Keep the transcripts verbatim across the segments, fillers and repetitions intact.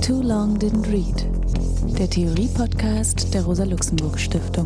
Too Long Didn't Read, der Theorie-Podcast der Rosa-Luxemburg-Stiftung.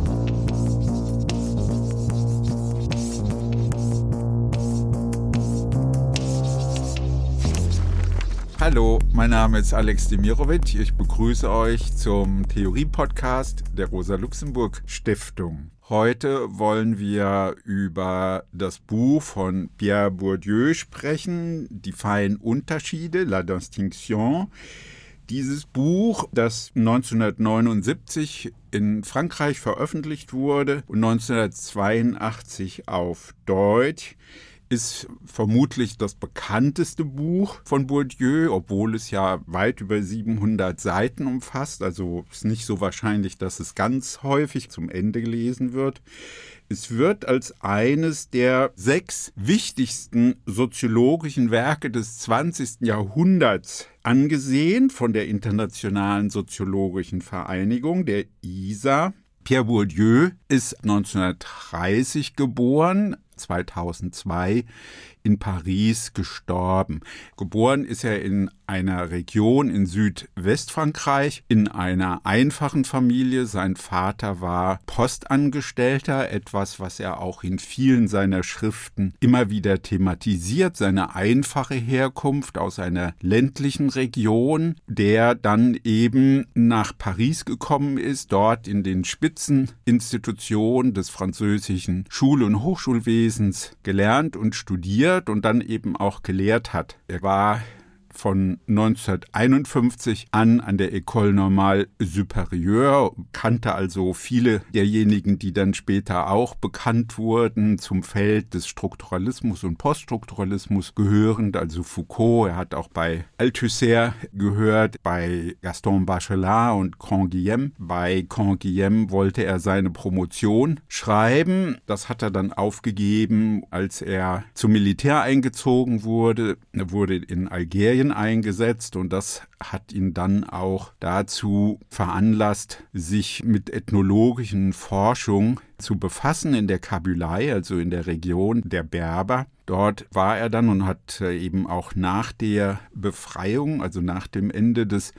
Hallo, mein Name ist Alex Demirovic. Ich begrüße euch zum Theorie-Podcast der Rosa-Luxemburg-Stiftung. Heute wollen wir über das Buch von Pierre Bourdieu sprechen, Die feinen Unterschiede, La Distinction. Dieses Buch, das neunzehnhundertneunundsiebzig in Frankreich veröffentlicht wurde und neunzehnhundertzweiundachtzig auf Deutsch, ist vermutlich das bekannteste Buch von Bourdieu, obwohl es ja weit über siebenhundert Seiten umfasst. Also ist nicht so wahrscheinlich, dass es ganz häufig zum Ende gelesen wird. Es wird als eines der sechs wichtigsten soziologischen Werke des zwanzigsten Jahrhunderts angesehen von der Internationalen Soziologischen Vereinigung, der I S A. Pierre Bourdieu ist neunzehnhundertdreißig geboren, zweitausendzwei in Paris gestorben. Geboren ist er in einer Region in Südwestfrankreich, in einer einfachen Familie. Sein Vater war Postangestellter, etwas, was er auch in vielen seiner Schriften immer wieder thematisiert. Seine einfache Herkunft aus einer ländlichen Region, der dann eben nach Paris gekommen ist, dort in den Spitzeninstitutionen des französischen Schul- und Hochschulwesens gelernt und studiert und dann eben auch gelehrt hat. Er war von neunzehnhunderteinundfünfzig an an der École Normale Supérieure, kannte also viele derjenigen, die dann später auch bekannt wurden zum Feld des Strukturalismus und Poststrukturalismus gehörend, also Foucault. Er hat auch bei Althusser gehört, bei Gaston Bachelard und Canguilhem. Bei Canguilhem wollte er seine Promotion schreiben. Das hat er dann aufgegeben, als er zum Militär eingezogen wurde. Er wurde in Algerien eingesetzt und das hat ihn dann auch dazu veranlasst, sich mit ethnologischen Forschung zu befassen in der Kabylei, also in der Region der Berber. Dort war er dann und hat eben auch nach der Befreiung, also nach dem Ende des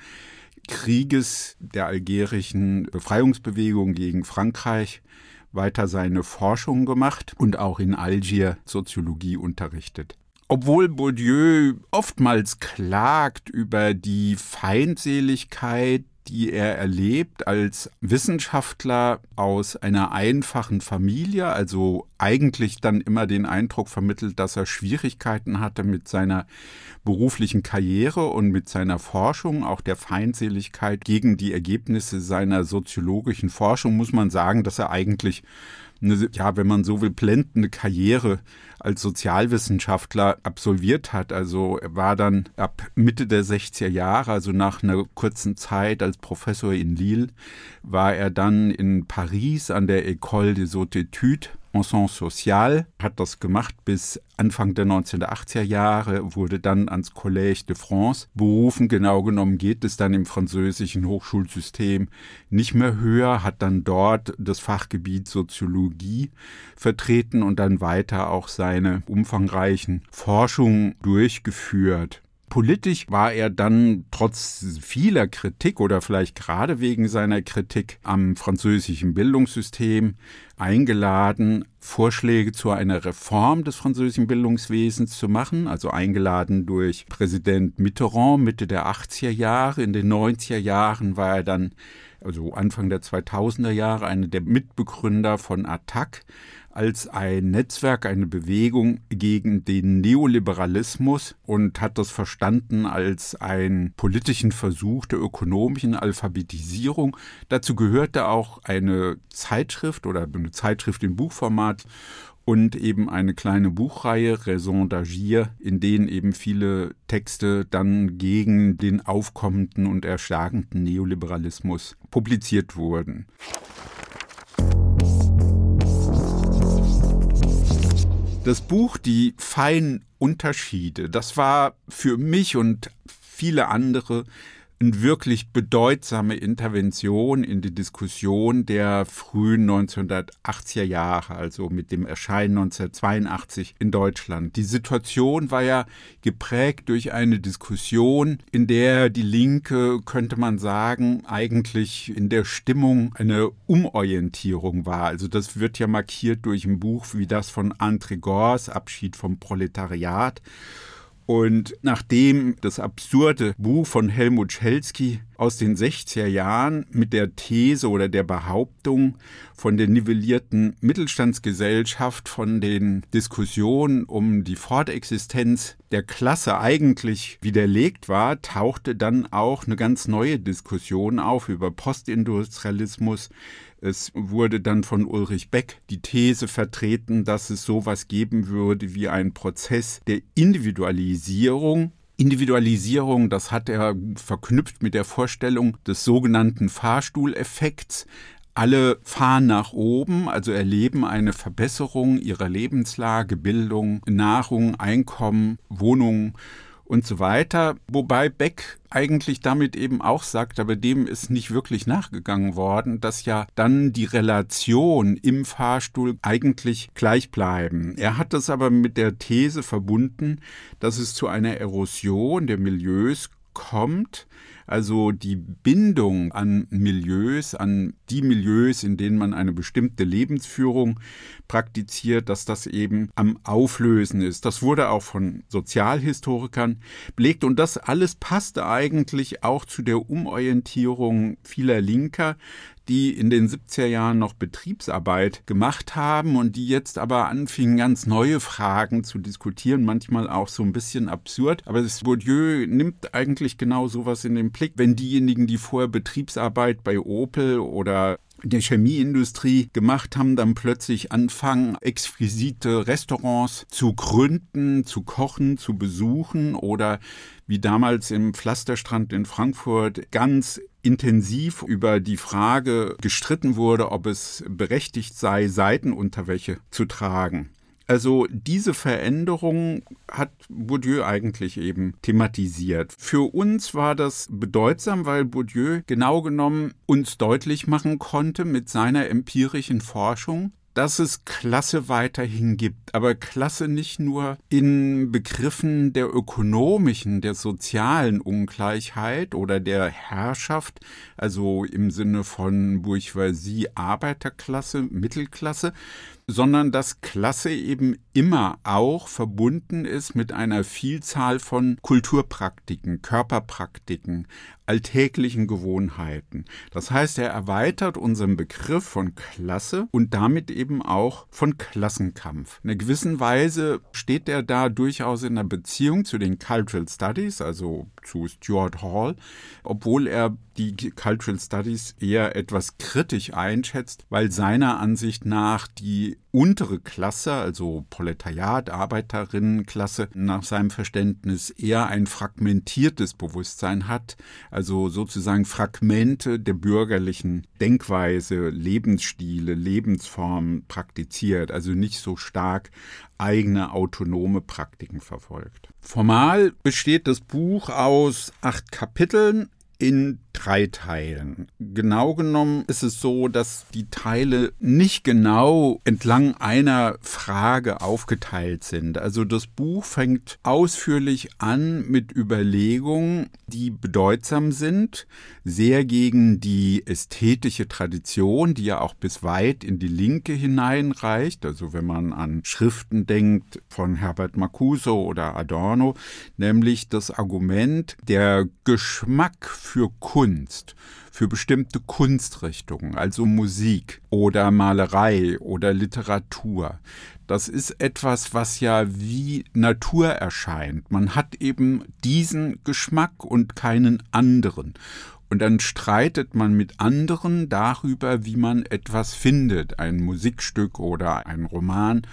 Krieges der algerischen Befreiungsbewegung gegen Frankreich, weiter seine Forschung gemacht und auch in Algier Soziologie unterrichtet. Obwohl Bourdieu oftmals klagt über die Feindseligkeit, die er erlebt als Wissenschaftler aus einer einfachen Familie, also eigentlich dann immer den Eindruck vermittelt, dass er Schwierigkeiten hatte mit seiner beruflichen Karriere und mit seiner Forschung, auch der Feindseligkeit gegen die Ergebnisse seiner soziologischen Forschung, muss man sagen, dass er eigentlich eine, ja, wenn man so will, blendende Karriere als Sozialwissenschaftler absolviert hat. Also er war dann ab Mitte der sechziger Jahre, also nach einer kurzen Zeit als Professor in Lille, war er dann in Paris an der École des Hautes Études en Sciences Sociales, hat das gemacht bis Anfang der neunzehnhundertachtziger Jahre, wurde dann ans Collège de France berufen. Genau genommen geht es dann im französischen Hochschulsystem nicht mehr höher, hat dann dort das Fachgebiet Soziologie vertreten und dann weiter auch seine umfangreichen Forschungen durchgeführt. Politisch war er dann trotz vieler Kritik oder vielleicht gerade wegen seiner Kritik am französischen Bildungssystem eingeladen, Vorschläge zu einer Reform des französischen Bildungswesens zu machen, also eingeladen durch Präsident Mitterrand Mitte der achtziger Jahre. In den neunziger Jahren war er dann, also Anfang der zweitausender Jahre, einer der Mitbegründer von A T T A C, als ein Netzwerk, eine Bewegung gegen den Neoliberalismus und hat das verstanden als einen politischen Versuch der ökonomischen Alphabetisierung. Dazu gehörte auch eine Zeitschrift oder eine Zeitschrift in Buchformat und eben eine kleine Buchreihe, Raison d'agir, in denen eben viele Texte dann gegen den aufkommenden und erstarkenden Neoliberalismus publiziert wurden. Das Buch Die feinen Unterschiede, das war für mich und viele andere eine wirklich bedeutsame Intervention in die Diskussion der frühen neunzehnhundertachtziger Jahre, also mit dem Erscheinen neunzehnhundertzweiundachtzig in Deutschland. Die Situation war ja geprägt durch eine Diskussion, in der die Linke, könnte man sagen, eigentlich in der Stimmung eine Umorientierung war. Also das wird ja markiert durch ein Buch wie das von André Gorz, Abschied vom Proletariat. Und nachdem das absurde Buch von Helmut Schelsky aus den sechziger Jahren mit der These oder der Behauptung von der nivellierten Mittelstandsgesellschaft, von den Diskussionen um die Fortexistenz der Klasse eigentlich widerlegt war, tauchte dann auch eine ganz neue Diskussion auf über Postindustrialismus. Es wurde dann von Ulrich Beck die These vertreten, dass es sowas geben würde wie einen Prozess der Individualisierung. Individualisierung, das hat er verknüpft mit der Vorstellung des sogenannten Fahrstuhleffekts. Alle fahren nach oben, also erleben eine Verbesserung ihrer Lebenslage, Bildung, Nahrung, Einkommen, Wohnungen und so weiter. Wobei Beck eigentlich damit eben auch sagt, aber dem ist nicht wirklich nachgegangen worden, dass ja dann die Relation im Fahrstuhl eigentlich gleich bleiben. Er hat das aber mit der These verbunden, dass es zu einer Erosion der Milieus kommt, also die Bindung an Milieus, an die Milieus, in denen man eine bestimmte Lebensführung praktiziert, dass das eben am Auflösen ist. Das wurde auch von Sozialhistorikern belegt und das alles passte eigentlich auch zu der Umorientierung vieler Linker, die in den siebziger Jahren noch Betriebsarbeit gemacht haben und die jetzt aber anfingen, ganz neue Fragen zu diskutieren, manchmal auch so ein bisschen absurd. Aber das Bourdieu nimmt eigentlich genau sowas in den Blick, wenn diejenigen, die vorher Betriebsarbeit bei Opel oder der Chemieindustrie gemacht haben, dann plötzlich anfangen, exquisite Restaurants zu gründen, zu kochen, zu besuchen oder wie damals im Pflasterstrand in Frankfurt ganz intensiv über die Frage gestritten wurde, ob es berechtigt sei, Seitenunterwäsche zu tragen. Also diese Veränderung hat Bourdieu eigentlich eben thematisiert. Für uns war das bedeutsam, weil Bourdieu genau genommen uns deutlich machen konnte mit seiner empirischen Forschung, dass es Klasse weiterhin gibt, aber Klasse nicht nur in Begriffen der ökonomischen, der sozialen Ungleichheit oder der Herrschaft, also im Sinne von Bourgeoisie, Arbeiterklasse, Mittelklasse, sondern dass Klasse eben immer auch verbunden ist mit einer Vielzahl von Kulturpraktiken, Körperpraktiken, alltäglichen Gewohnheiten. Das heißt, er erweitert unseren Begriff von Klasse und damit eben auch von Klassenkampf. In einer gewissen Weise steht er da durchaus in einer Beziehung zu den Cultural Studies, also zu Stuart Hall, obwohl er die Cultural Studies eher etwas kritisch einschätzt, weil seiner Ansicht nach die untere Klasse, also Proletariat, Arbeiterinnenklasse, nach seinem Verständnis eher ein fragmentiertes Bewusstsein hat, also sozusagen Fragmente der bürgerlichen Denkweise, Lebensstile, Lebensformen praktiziert, also nicht so stark eigene autonome Praktiken verfolgt. Formal besteht das Buch aus acht Kapiteln in drei Teilen. Genau genommen ist es so, dass die Teile nicht genau entlang einer Frage aufgeteilt sind. Also das Buch fängt ausführlich an mit Überlegungen, die bedeutsam sind, sehr gegen die ästhetische Tradition, die ja auch bis weit in die Linke hineinreicht. Also wenn man an Schriften denkt von Herbert Marcuse oder Adorno, nämlich das Argument, der Geschmack für Kunst, für bestimmte Kunstrichtungen, also Musik oder Malerei oder Literatur. Das ist etwas, was ja wie Natur erscheint. Man hat eben diesen Geschmack und keinen anderen. Und dann streitet man mit anderen darüber, wie man etwas findet, ein Musikstück oder ein Roman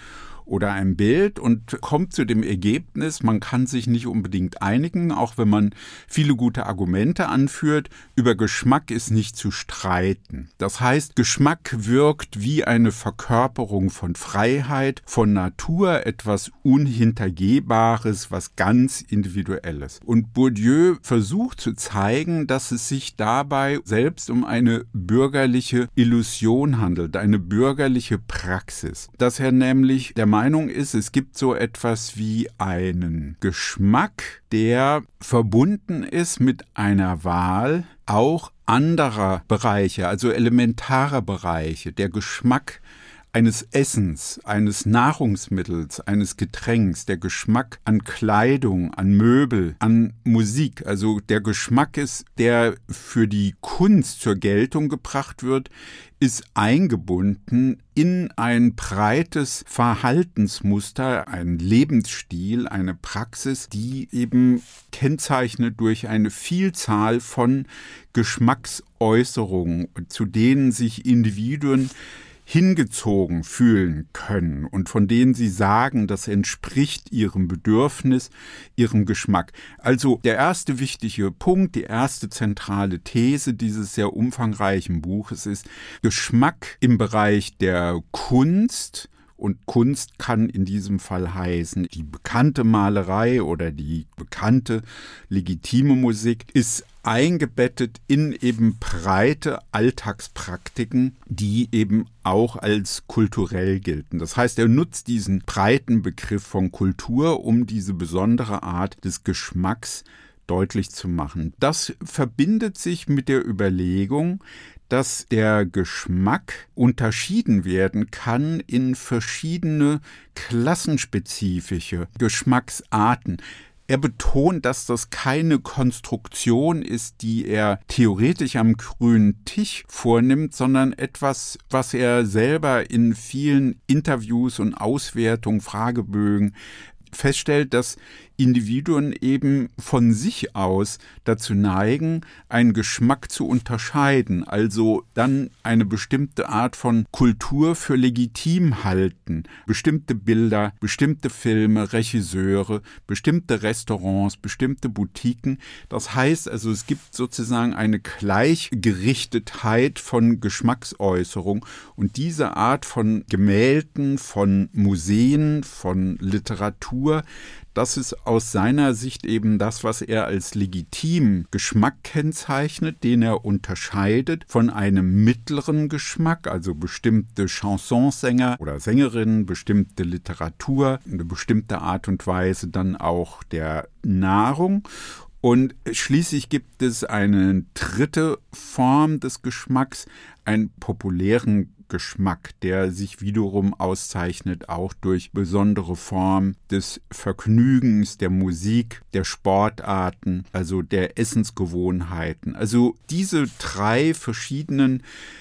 oder ein Bild und kommt zu dem Ergebnis, man kann sich nicht unbedingt einigen, auch wenn man viele gute Argumente anführt. Über Geschmack ist nicht zu streiten. Das heißt, Geschmack wirkt wie eine Verkörperung von Freiheit, von Natur, etwas Unhintergehbares, was ganz Individuelles. Und Bourdieu versucht zu zeigen, dass es sich dabei selbst um eine bürgerliche Illusion handelt, eine bürgerliche Praxis. Dass er nämlich der Meinung ist, es gibt so etwas wie einen Geschmack, der verbunden ist mit einer Wahl auch anderer Bereiche, also elementarer Bereiche. Der Geschmack eines Essens, eines Nahrungsmittels, eines Getränks, der Geschmack an Kleidung, an Möbel, an Musik. Also der Geschmack ist, der für die Kunst zur Geltung gebracht wird, ist eingebunden in ein breites Verhaltensmuster, ein Lebensstil, eine Praxis, die eben kennzeichnet durch eine Vielzahl von Geschmacksäußerungen, zu denen sich Individuen hingezogen fühlen können und von denen sie sagen, das entspricht ihrem Bedürfnis, ihrem Geschmack. Also der erste wichtige Punkt, die erste zentrale These dieses sehr umfangreichen Buches ist, Geschmack im Bereich der Kunst. Und Kunst kann in diesem Fall heißen, die bekannte Malerei oder die bekannte legitime Musik ist eingebettet in eben breite Alltagspraktiken, die eben auch als kulturell gelten. Das heißt, er nutzt diesen breiten Begriff von Kultur, um diese besondere Art des Geschmacks deutlich zu machen. Das verbindet sich mit der Überlegung, dass der Geschmack unterschieden werden kann in verschiedene klassenspezifische Geschmacksarten. Er betont, dass das keine Konstruktion ist, die er theoretisch am grünen Tisch vornimmt, sondern etwas, was er selber in vielen Interviews und Auswertungen, Fragebögen feststellt, dass Individuen eben von sich aus dazu neigen, einen Geschmack zu unterscheiden, also dann eine bestimmte Art von Kultur für legitim halten, bestimmte Bilder, bestimmte Filme, Regisseure, bestimmte Restaurants, bestimmte Boutiquen. Das heißt also, es gibt sozusagen eine Gleichgerichtetheit von Geschmacksäußerung und diese Art von Gemälden, von Museen, von Literatur, das ist aus seiner Sicht eben das, was er als legitimen Geschmack kennzeichnet, den er unterscheidet von einem mittleren Geschmack, also bestimmte Chansonsänger oder Sängerinnen, bestimmte Literatur, eine bestimmte Art und Weise dann auch der Nahrung. Und schließlich gibt es eine dritte Form des Geschmacks, einen populären Geschmack, der sich wiederum auszeichnet auch durch besondere Formen des Vergnügens, der Musik, der Sportarten, also der Essensgewohnheiten. Also diese drei verschiedenen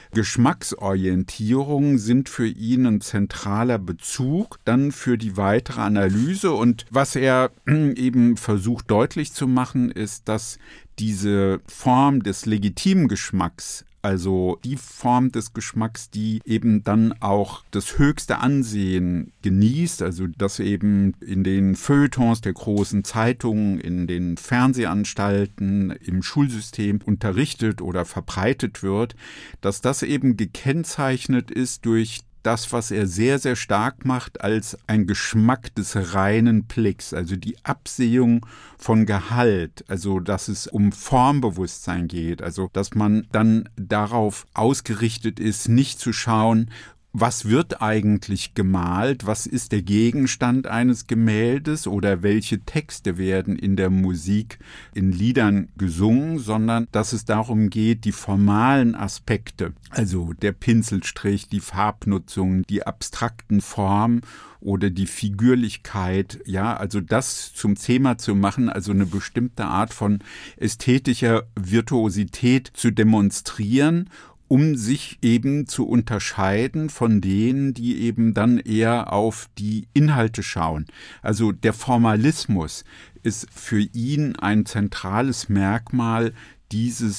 Geschmacksorientierungen sind für ihn ein zentraler Bezug dann für die weitere Analyse. Und was er eben versucht deutlich zu machen, ist, dass diese Form des legitimen Geschmacks, also die Form des Geschmacks, die eben dann auch das höchste Ansehen genießt, also das eben in den Feuilletons der großen Zeitungen, in den Fernsehanstalten, im Schulsystem unterrichtet oder verbreitet wird, dass das eben gekennzeichnet ist durch das, was er sehr, sehr stark macht, als ein Geschmack des reinen Blicks, also die Absehung von Gehalt, also dass es um Formbewusstsein geht, also dass man dann darauf ausgerichtet ist, nicht zu schauen, was wird eigentlich gemalt, was ist der Gegenstand eines Gemäldes oder welche Texte werden in der Musik, in Liedern gesungen, sondern dass es darum geht, die formalen Aspekte, also der Pinselstrich, die Farbnutzung, die abstrakten Formen oder die Figürlichkeit, ja, also das zum Thema zu machen, also eine bestimmte Art von ästhetischer Virtuosität zu demonstrieren, um sich eben zu unterscheiden von denen, die eben dann eher auf die Inhalte schauen. Also der Formalismus ist für ihn ein zentrales Merkmal dieses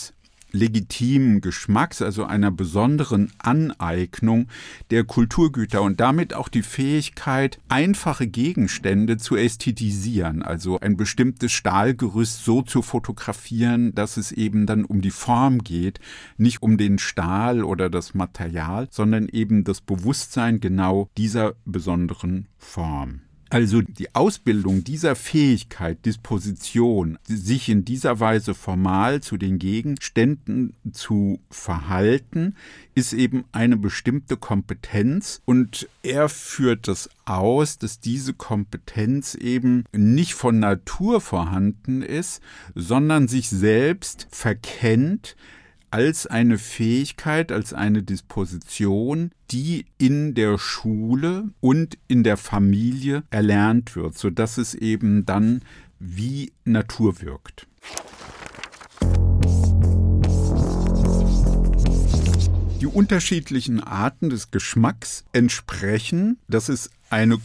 legitimen Geschmacks, also einer besonderen Aneignung der Kulturgüter und damit auch die Fähigkeit, einfache Gegenstände zu ästhetisieren, also ein bestimmtes Stahlgerüst so zu fotografieren, dass es eben dann um die Form geht, nicht um den Stahl oder das Material, sondern eben das Bewusstsein genau dieser besonderen Form. Also die Ausbildung dieser Fähigkeit, Disposition, sich in dieser Weise formal zu den Gegenständen zu verhalten, ist eben eine bestimmte Kompetenz und er führt das aus, dass diese Kompetenz eben nicht von Natur vorhanden ist, sondern sich selbst verkennt als eine Fähigkeit, als eine Disposition, die in der Schule und in der Familie erlernt wird, sodass es eben dann wie Natur wirkt. Die unterschiedlichen Arten des Geschmacks entsprechen, das ist eine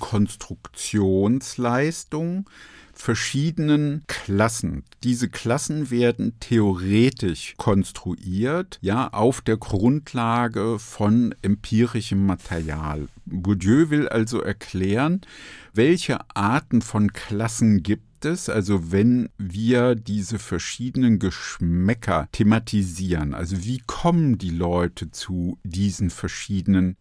Konstruktionsleistung, verschiedenen Klassen. Diese Klassen werden theoretisch konstruiert, ja, auf der Grundlage von empirischem Material. Bourdieu will also erklären, welche Arten von Klassen gibt es, also wenn wir diese verschiedenen Geschmäcker thematisieren, also wie kommen die Leute zu diesen verschiedenen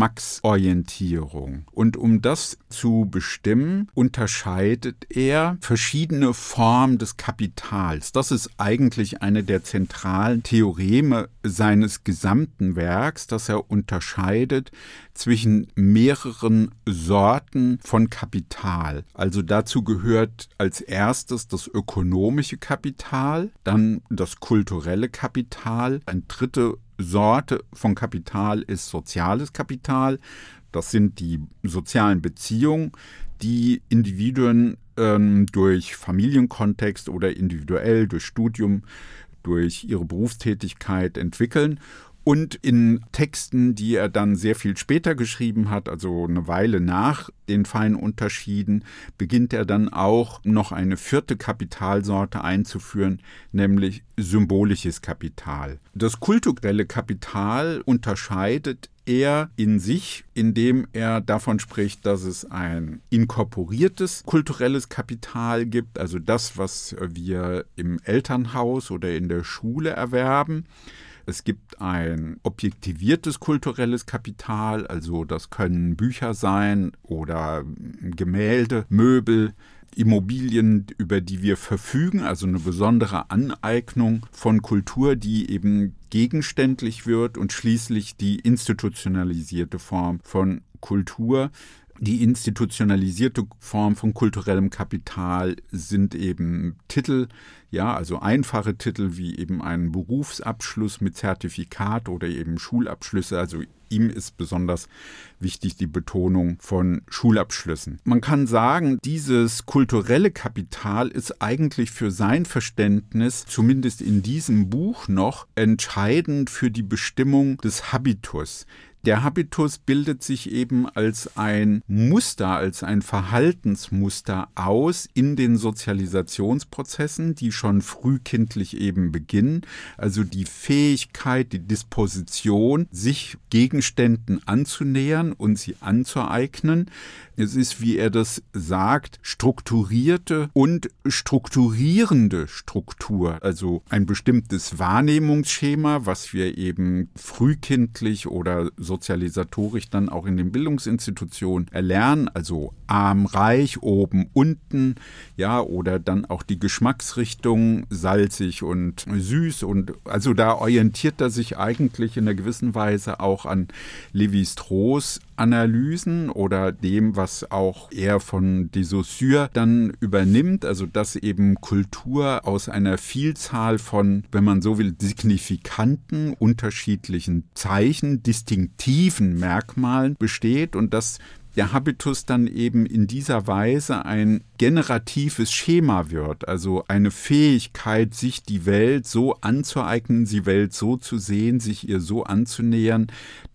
Geschmacksorientierungen? Und um das zu bestimmen, unterscheidet er verschiedene Formen des Kapitals. Das ist eigentlich eine der zentralen Theoreme seines gesamten Werks, dass er unterscheidet zwischen mehreren Sorten von Kapital. Also dazu gehört als erstes das ökonomische Kapital, dann das kulturelle Kapital. Eine dritte Sorte von Kapital ist soziales Kapital. Das sind die sozialen Beziehungen, die Individuen ähm, durch Familienkontext oder individuell durch Studium, durch ihre Berufstätigkeit entwickeln. Und in Texten, die er dann sehr viel später geschrieben hat, also eine Weile nach den feinen Unterschieden, beginnt er dann auch noch eine vierte Kapitalsorte einzuführen, nämlich symbolisches Kapital. Das kulturelle Kapital unterscheidet er in sich, indem er davon spricht, dass es ein inkorporiertes kulturelles Kapital gibt, also das, was wir im Elternhaus oder in der Schule erwerben. Es gibt ein objektiviertes kulturelles Kapital, also das können Bücher sein oder Gemälde, Möbel, Immobilien, über die wir verfügen, also eine besondere Aneignung von Kultur, die eben gegenständlich wird, und schließlich die institutionalisierte Form von Kultur. Die institutionalisierte Form von kulturellem Kapital sind eben Titel, ja, also einfache Titel wie eben einen Berufsabschluss mit Zertifikat oder eben Schulabschlüsse. Also ihm ist besonders wichtig die Betonung von Schulabschlüssen. Man kann sagen, dieses kulturelle Kapital ist eigentlich für sein Verständnis, zumindest in diesem Buch noch, entscheidend für die Bestimmung des Habitus. Der Habitus bildet sich eben als ein Muster, als ein Verhaltensmuster aus in den Sozialisationsprozessen, die schon frühkindlich eben beginnen. Also die Fähigkeit, die Disposition, sich Gegenständen anzunähern und sie anzueignen. Es ist, wie er das sagt, strukturierte und strukturierende Struktur. Also ein bestimmtes Wahrnehmungsschema, was wir eben frühkindlich oder sozialisatorisch dann auch in den Bildungsinstitutionen erlernen, also arm, reich, oben, unten, ja, oder dann auch die Geschmacksrichtung, salzig und süß, und also da orientiert er sich eigentlich in einer gewissen Weise auch an Lévi-Strauss Analysen oder dem, was auch er von de Saussure dann übernimmt, also dass eben Kultur aus einer Vielzahl von, wenn man so will, signifikanten, unterschiedlichen Zeichen, distinktiven Merkmalen besteht und dass der Habitus dann eben in dieser Weise ein generatives Schema wird, also eine Fähigkeit, sich die Welt so anzueignen, die Welt so zu sehen, sich ihr so anzunähern,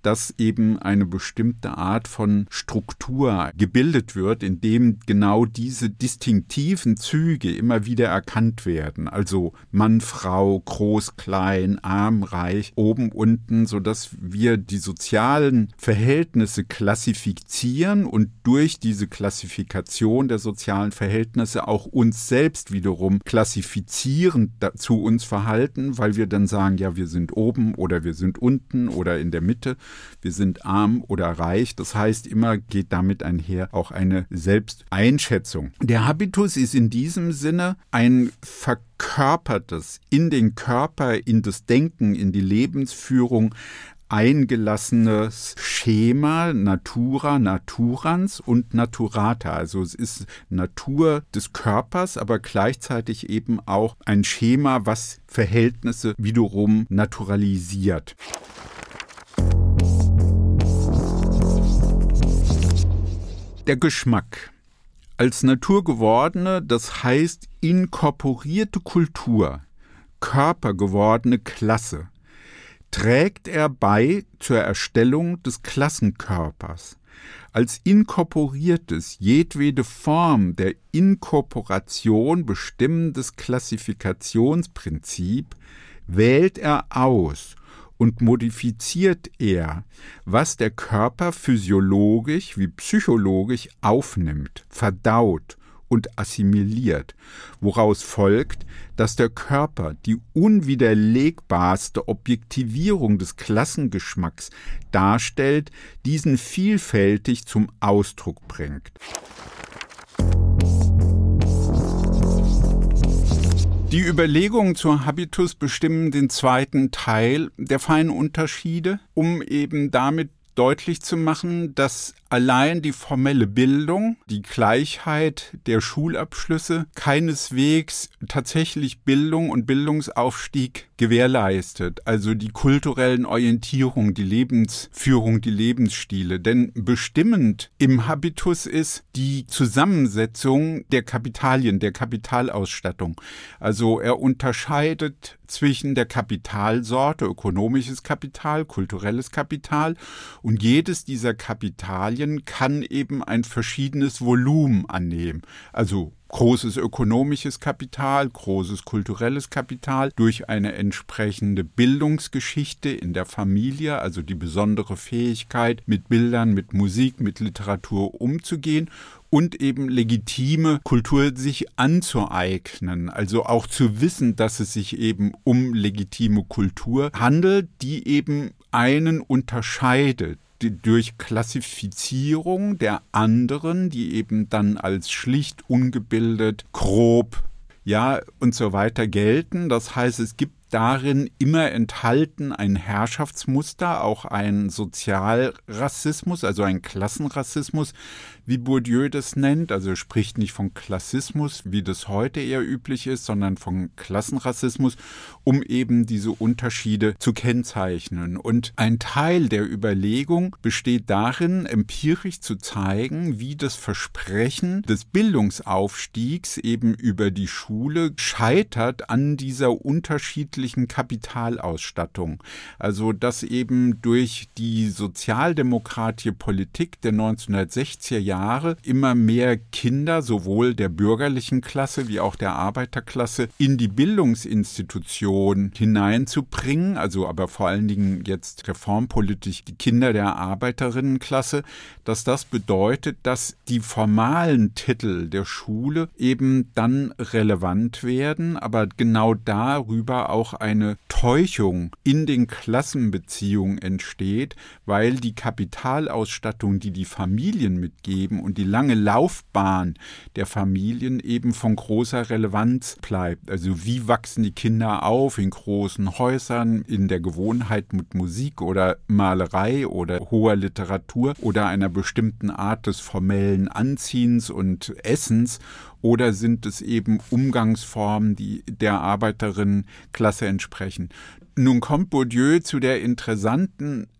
dass eben eine bestimmte Art von Struktur gebildet wird, in dem genau diese distinktiven Züge immer wieder erkannt werden. Also Mann, Frau, groß, klein, arm, reich, oben, unten, sodass wir die sozialen Verhältnisse klassifizieren und durch diese Klassifikation der sozialen Verhältnisse auch uns selbst wiederum klassifizierend zu uns verhalten, weil wir dann sagen, ja, wir sind oben oder wir sind unten oder in der Mitte, wir sind arm oder reich. Das heißt, immer geht damit einher auch eine Selbsteinschätzung. Der Habitus ist in diesem Sinne ein verkörpertes, in den Körper, in das Denken, in die Lebensführung eingelassenes Schema Natura, Naturans und Naturata. Also es ist Natur des Körpers, aber gleichzeitig eben auch ein Schema, was Verhältnisse wiederum naturalisiert. Der Geschmack. Als naturgewordene, das heißt inkorporierte Kultur, körpergewordene Klasse, trägt er bei zur Erstellung des Klassenkörpers. Als inkorporiertes, jedwede Form der Inkorporation bestimmendes Klassifikationsprinzip wählt er aus und modifiziert er, was der Körper physiologisch wie psychologisch aufnimmt, verdaut und assimiliert, woraus folgt, dass der Körper die unwiderlegbarste Objektivierung des Klassengeschmacks darstellt, diesen vielfältig zum Ausdruck bringt. Die Überlegungen zur Habitus bestimmen den zweiten Teil der feinen Unterschiede, um eben damit deutlich zu machen, dass allein die formelle Bildung, die Gleichheit der Schulabschlüsse keineswegs tatsächlich Bildung und Bildungsaufstieg gewährleistet. Also die kulturellen Orientierungen, die Lebensführung, die Lebensstile. Denn bestimmend im Habitus ist die Zusammensetzung der Kapitalien, der Kapitalausstattung. Also er unterscheidet zwischen der Kapitalsorte, ökonomisches Kapital, kulturelles Kapital, und jedes dieser Kapitalien kann eben ein verschiedenes Volumen annehmen. Also großes ökonomisches Kapital, großes kulturelles Kapital durch eine entsprechende Bildungsgeschichte in der Familie, also die besondere Fähigkeit, mit Bildern, mit Musik, mit Literatur umzugehen und eben legitime Kultur sich anzueignen, also auch zu wissen, dass es sich eben um legitime Kultur handelt, die eben einen unterscheidet durch Klassifizierung der anderen, die eben dann als schlicht, ungebildet, grob, ja und so weiter gelten. Das heißt, es gibt darin immer enthalten ein Herrschaftsmuster, auch ein Sozialrassismus, also ein Klassenrassismus, wie Bourdieu das nennt. Also er spricht nicht von Klassismus, wie das heute eher üblich ist, sondern von Klassenrassismus, um eben diese Unterschiede zu kennzeichnen. Und ein Teil der Überlegung besteht darin, empirisch zu zeigen, wie das Versprechen des Bildungsaufstiegs eben über die Schule scheitert an dieser unterschiedlichen Kapitalausstattung. Also dass eben durch die sozialdemokratische Politik der neunzehnhundertsechziger Jahre immer mehr Kinder sowohl der bürgerlichen Klasse wie auch der Arbeiterklasse in die Bildungsinstitution hineinzubringen, also aber vor allen Dingen jetzt reformpolitisch die Kinder der Arbeiterinnenklasse, dass das bedeutet, dass die formalen Titel der Schule eben dann relevant werden, aber genau darüber auch eine Täuschung in den Klassenbeziehungen entsteht, weil die Kapitalausstattung, die die Familien mitgeben und die lange Laufbahn der Familien eben von großer Relevanz bleibt. Also wie wachsen die Kinder auf in großen Häusern, in der Gewohnheit mit Musik oder Malerei oder hoher Literatur oder einer bestimmten Art des formellen Anziehens und Essens, oder sind es eben Umgangsformen, die der Arbeiterinnenklasse entsprechen? Nun kommt Bourdieu zu der interessanten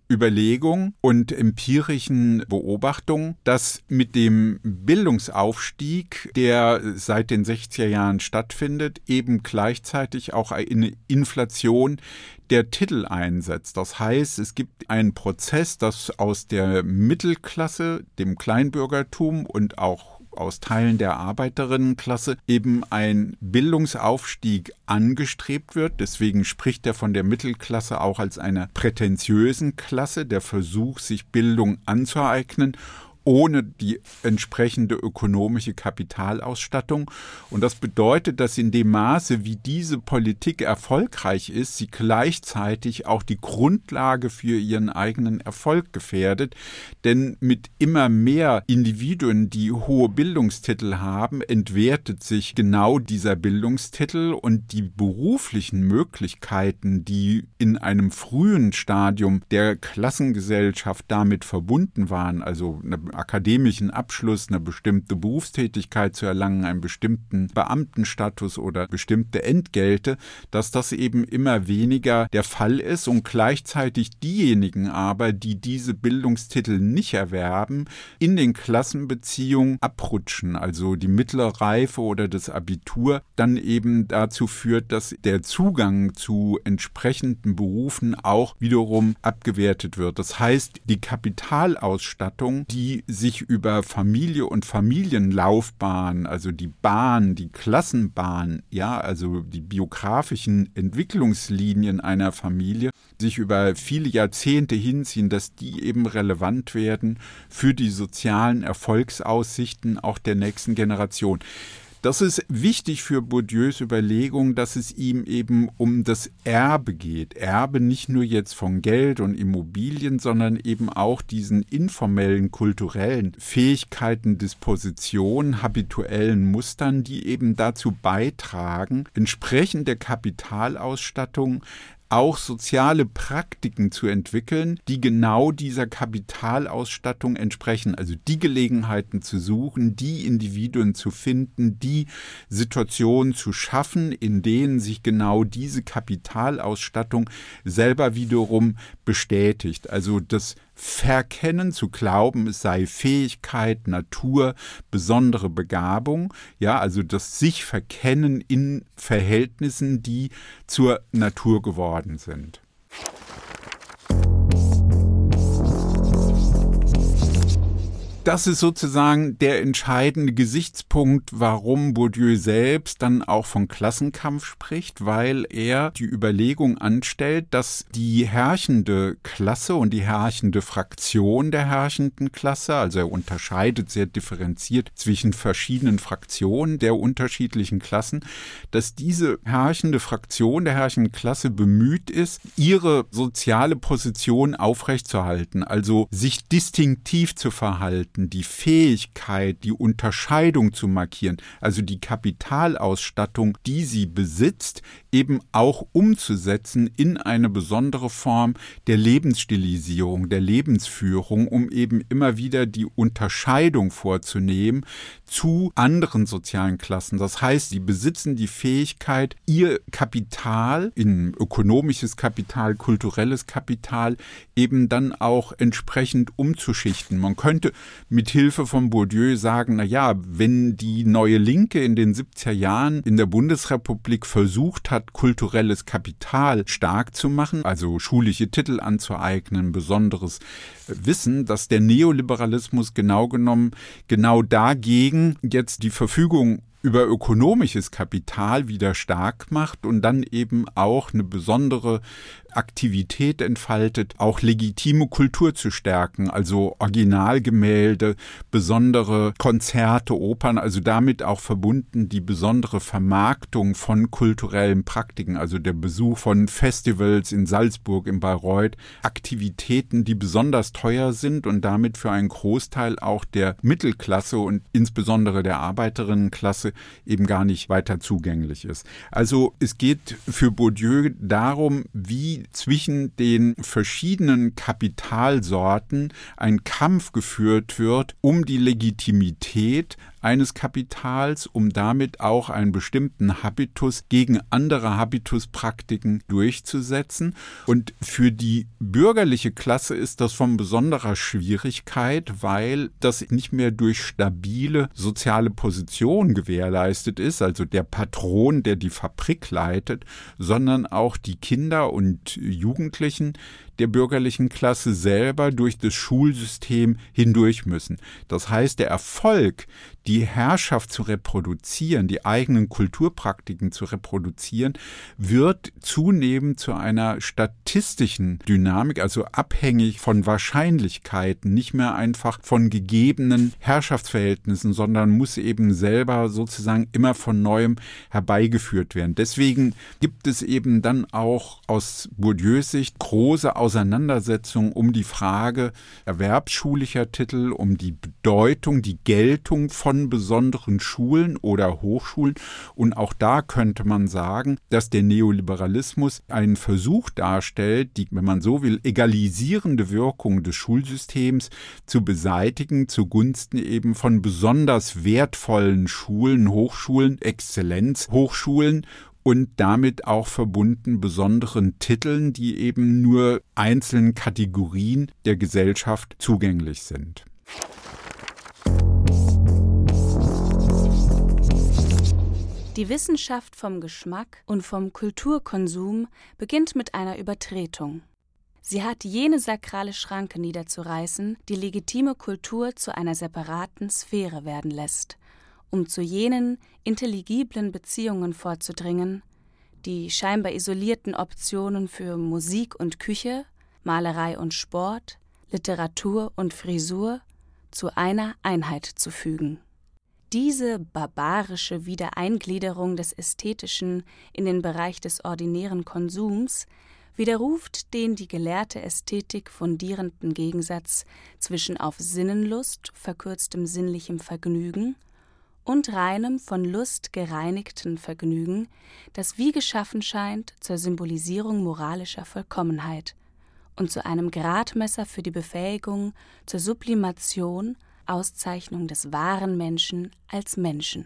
Überlegung und empirischen Beobachtung, dass mit dem Bildungsaufstieg, der seit den sechziger Jahren stattfindet, eben gleichzeitig auch eine Inflation der Titel einsetzt. Das heißt, es gibt einen Prozess, dass aus der Mittelklasse, dem Kleinbürgertum und auch aus Teilen der Arbeiterinnenklasse eben ein Bildungsaufstieg angestrebt wird. Deswegen spricht er von der Mittelklasse auch als einer prätentiösen Klasse, der Versuch, sich Bildung anzueignen, ohne die entsprechende ökonomische Kapitalausstattung. Und das bedeutet, dass in dem Maße, wie diese Politik erfolgreich ist, sie gleichzeitig auch die Grundlage für ihren eigenen Erfolg gefährdet. Denn mit immer mehr Individuen, die hohe Bildungstitel haben, entwertet sich genau dieser Bildungstitel und die beruflichen Möglichkeiten, die in einem frühen Stadium der Klassengesellschaft damit verbunden waren, also eine akademischen Abschluss, eine bestimmte Berufstätigkeit zu erlangen, einen bestimmten Beamtenstatus oder bestimmte Entgelte, dass das eben immer weniger der Fall ist und gleichzeitig diejenigen aber, die diese Bildungstitel nicht erwerben, in den Klassenbeziehungen abrutschen, also die mittlere Reife oder das Abitur dann eben dazu führt, dass der Zugang zu entsprechenden Berufen auch wiederum abgewertet wird. Das heißt, die Kapitalausstattung, die sich über Familie und Familienlaufbahn, also die Bahn, die Klassenbahn, ja, also die biografischen Entwicklungslinien einer Familie, sich über viele Jahrzehnte hinziehen, dass die eben relevant werden für die sozialen Erfolgsaussichten auch der nächsten Generation. Das ist wichtig für Bourdieus Überlegung, dass es ihm eben um das Erbe geht. Erbe nicht nur jetzt von Geld und Immobilien, sondern eben auch diesen informellen, kulturellen Fähigkeiten, Dispositionen, habituellen Mustern, die eben dazu beitragen, entsprechend der Kapitalausstattung auch soziale Praktiken zu entwickeln, die genau dieser Kapitalausstattung entsprechen, also die Gelegenheiten zu suchen, die Individuen zu finden, die Situationen zu schaffen, in denen sich genau diese Kapitalausstattung selber wiederum bestätigt. Also das Verkennen, zu glauben, es sei Fähigkeit, Natur, besondere Begabung, ja, also das sich Verkennen in Verhältnissen, die zur Natur geworden sind. Das ist sozusagen der entscheidende Gesichtspunkt, warum Bourdieu selbst dann auch von Klassenkampf spricht, weil er die Überlegung anstellt, dass die herrschende Klasse und die herrschende Fraktion der herrschenden Klasse, also er unterscheidet sehr differenziert zwischen verschiedenen Fraktionen der unterschiedlichen Klassen, dass diese herrschende Fraktion der herrschenden Klasse bemüht ist, ihre soziale Position aufrechtzuerhalten, also sich distinktiv zu verhalten, die Fähigkeit, die Unterscheidung zu markieren, also die Kapitalausstattung, die sie besitzt, eben auch umzusetzen in eine besondere Form der Lebensstilisierung, der Lebensführung, um eben immer wieder die Unterscheidung vorzunehmen zu anderen sozialen Klassen. Das heißt, sie besitzen die Fähigkeit, ihr Kapital, in ökonomisches Kapital, kulturelles Kapital, eben dann auch entsprechend umzuschichten. Man könnte mit Hilfe von Bourdieu sagen, na ja, wenn die Neue Linke in den siebziger Jahren in der Bundesrepublik versucht hat, kulturelles Kapital stark zu machen, also schulische Titel anzueignen, besonderes Wissen, dass der Neoliberalismus genau genommen genau dagegen jetzt die Verfügung über ökonomisches Kapital wieder stark macht und dann eben auch eine besondere Aktivität entfaltet, auch legitime Kultur zu stärken, also Originalgemälde, besondere Konzerte, Opern, also damit auch verbunden die besondere Vermarktung von kulturellen Praktiken, also der Besuch von Festivals in Salzburg, in Bayreuth, Aktivitäten, die besonders teuer sind und damit für einen Großteil auch der Mittelklasse und insbesondere der Arbeiterinnenklasse eben gar nicht weiter zugänglich ist. Also es geht für Bourdieu darum, wie zwischen den verschiedenen Kapitalsorten ein Kampf geführt wird, um die Legitimität eines Kapitals, um damit auch einen bestimmten Habitus gegen andere Habituspraktiken durchzusetzen. Und für die bürgerliche Klasse ist das von besonderer Schwierigkeit, weil das nicht mehr durch stabile soziale Position gewährleistet ist, also der Patron, der die Fabrik leitet, sondern auch die Kinder und Jugendlichen der bürgerlichen Klasse selber durch das Schulsystem hindurch müssen. Das heißt, der Erfolg, die Herrschaft zu reproduzieren, die eigenen Kulturpraktiken zu reproduzieren, wird zunehmend zu einer statistischen Dynamik, also abhängig von Wahrscheinlichkeiten, nicht mehr einfach von gegebenen Herrschaftsverhältnissen, sondern muss eben selber sozusagen immer von Neuem herbeigeführt werden. Deswegen gibt es eben dann auch aus Bourdieus Sicht große Auseinandersetzungen um die Frage erwerbsschulischer Titel, um die Bedeutung, die Geltung von besonderen Schulen oder Hochschulen. Und auch da könnte man sagen, dass der Neoliberalismus einen Versuch darstellt, die, wenn man so will, egalisierende Wirkung des Schulsystems zu beseitigen, zugunsten eben von besonders wertvollen Schulen, Hochschulen, Exzellenzhochschulen und damit auch verbunden besonderen Titeln, die eben nur einzelnen Kategorien der Gesellschaft zugänglich sind. Die Wissenschaft vom Geschmack und vom Kulturkonsum beginnt mit einer Übertretung. Sie hat jene sakrale Schranke niederzureißen, die legitime Kultur zu einer separaten Sphäre werden lässt, um zu jenen intelligiblen Beziehungen vorzudringen, die scheinbar isolierten Optionen für Musik und Küche, Malerei und Sport, Literatur und Frisur zu einer Einheit zu fügen. Diese barbarische Wiedereingliederung des Ästhetischen in den Bereich des ordinären Konsums widerruft den die gelehrte Ästhetik fundierenden Gegensatz zwischen auf Sinnenlust verkürztem sinnlichem Vergnügen und reinem von Lust gereinigten Vergnügen, das wie geschaffen scheint zur Symbolisierung moralischer Vollkommenheit und zu einem Gradmesser für die Befähigung zur Sublimation, Auszeichnung des wahren Menschen als Menschen.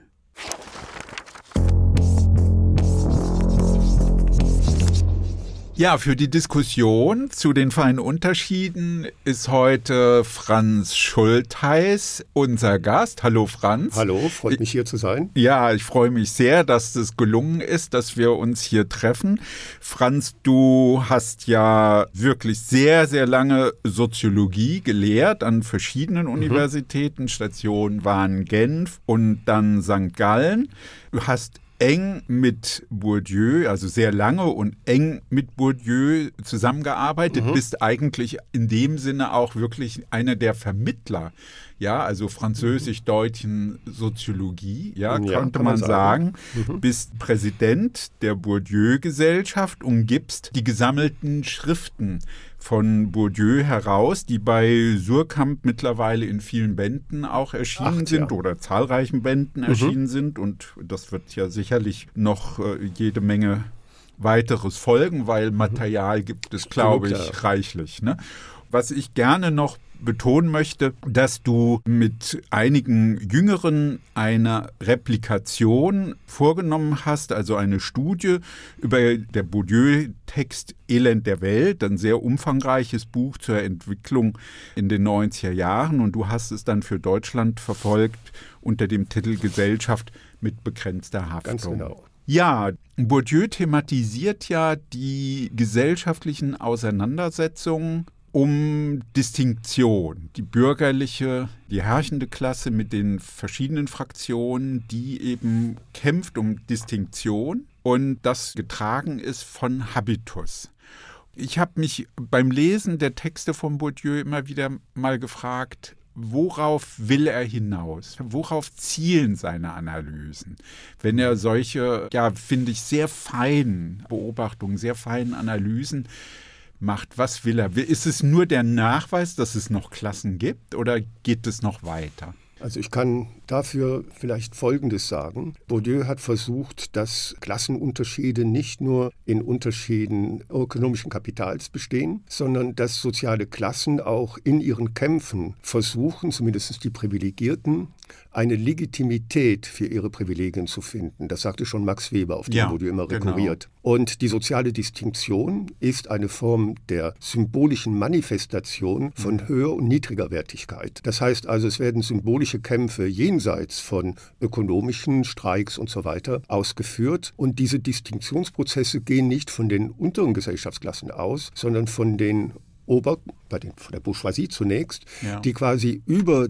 Ja, für die Diskussion zu den feinen Unterschieden ist heute Franz Schultheis unser Gast. Hallo Franz. Hallo, freut mich hier zu sein. Ja, ich freue mich sehr, dass es gelungen ist, dass wir uns hier treffen. Franz, du hast ja wirklich sehr, sehr lange Soziologie gelehrt an verschiedenen mhm. Universitäten. Stationen waren Genf und dann Sankt Gallen. Du hast eng mit Bourdieu, also sehr lange und eng mit Bourdieu zusammengearbeitet, mhm. bist eigentlich in dem Sinne auch wirklich einer der Vermittler, ja, also französisch-deutschen Soziologie, ja, ja könnte man, man sagen, sagen. Mhm. Bist Präsident der Bourdieu-Gesellschaft und gibst die gesammelten Schriften von Bourdieu heraus, die bei Suhrkamp mittlerweile in vielen Bänden auch erschienen Acht, sind ja. oder zahlreichen Bänden mhm. erschienen sind. Und das wird ja sicherlich noch äh, jede Menge weiteres folgen, weil Material mhm. gibt es, glaube ich, ja. reichlich. Ne? Was ich gerne noch betonen möchte, dass du mit einigen Jüngeren eine Replikation vorgenommen hast, also eine Studie über der Bourdieu-Text Elend der Welt, ein sehr umfangreiches Buch zur Entwicklung in den neunziger Jahren, und du hast es dann für Deutschland verfolgt unter dem Titel Gesellschaft mit begrenzter Haftung. Ganz genau. Ja, Bourdieu thematisiert ja die gesellschaftlichen Auseinandersetzungen um Distinktion, die bürgerliche, die herrschende Klasse mit den verschiedenen Fraktionen, die eben kämpft um Distinktion und das getragen ist von Habitus. Ich habe mich beim Lesen der Texte von Bourdieu immer wieder mal gefragt, worauf will er hinaus? Worauf zielen seine Analysen? Wenn er solche, ja, finde ich, sehr feinen Beobachtungen, sehr feinen Analysen macht, was will er? Ist es nur der Nachweis, dass es noch Klassen gibt, oder geht es noch weiter? Also ich kann dafür vielleicht Folgendes sagen. Bourdieu hat versucht, dass Klassenunterschiede nicht nur in Unterschieden ökonomischen Kapitals bestehen, sondern dass soziale Klassen auch in ihren Kämpfen versuchen, zumindest die Privilegierten, eine Legitimität für ihre Privilegien zu finden. Das sagte schon Max Weber, auf den ja, Bourdieu immer genau. rekurriert. Und die soziale Distinktion ist eine Form der symbolischen Manifestation von mhm. höher- und niedriger Wertigkeit. Das heißt also, es werden symbolische Kämpfe jenseits von ökonomischen Streiks und so weiter ausgeführt. Und diese Distinktionsprozesse gehen nicht von den unteren Gesellschaftsklassen aus, sondern von den Ober, bei den, von der Bourgeoisie zunächst, ja. die quasi über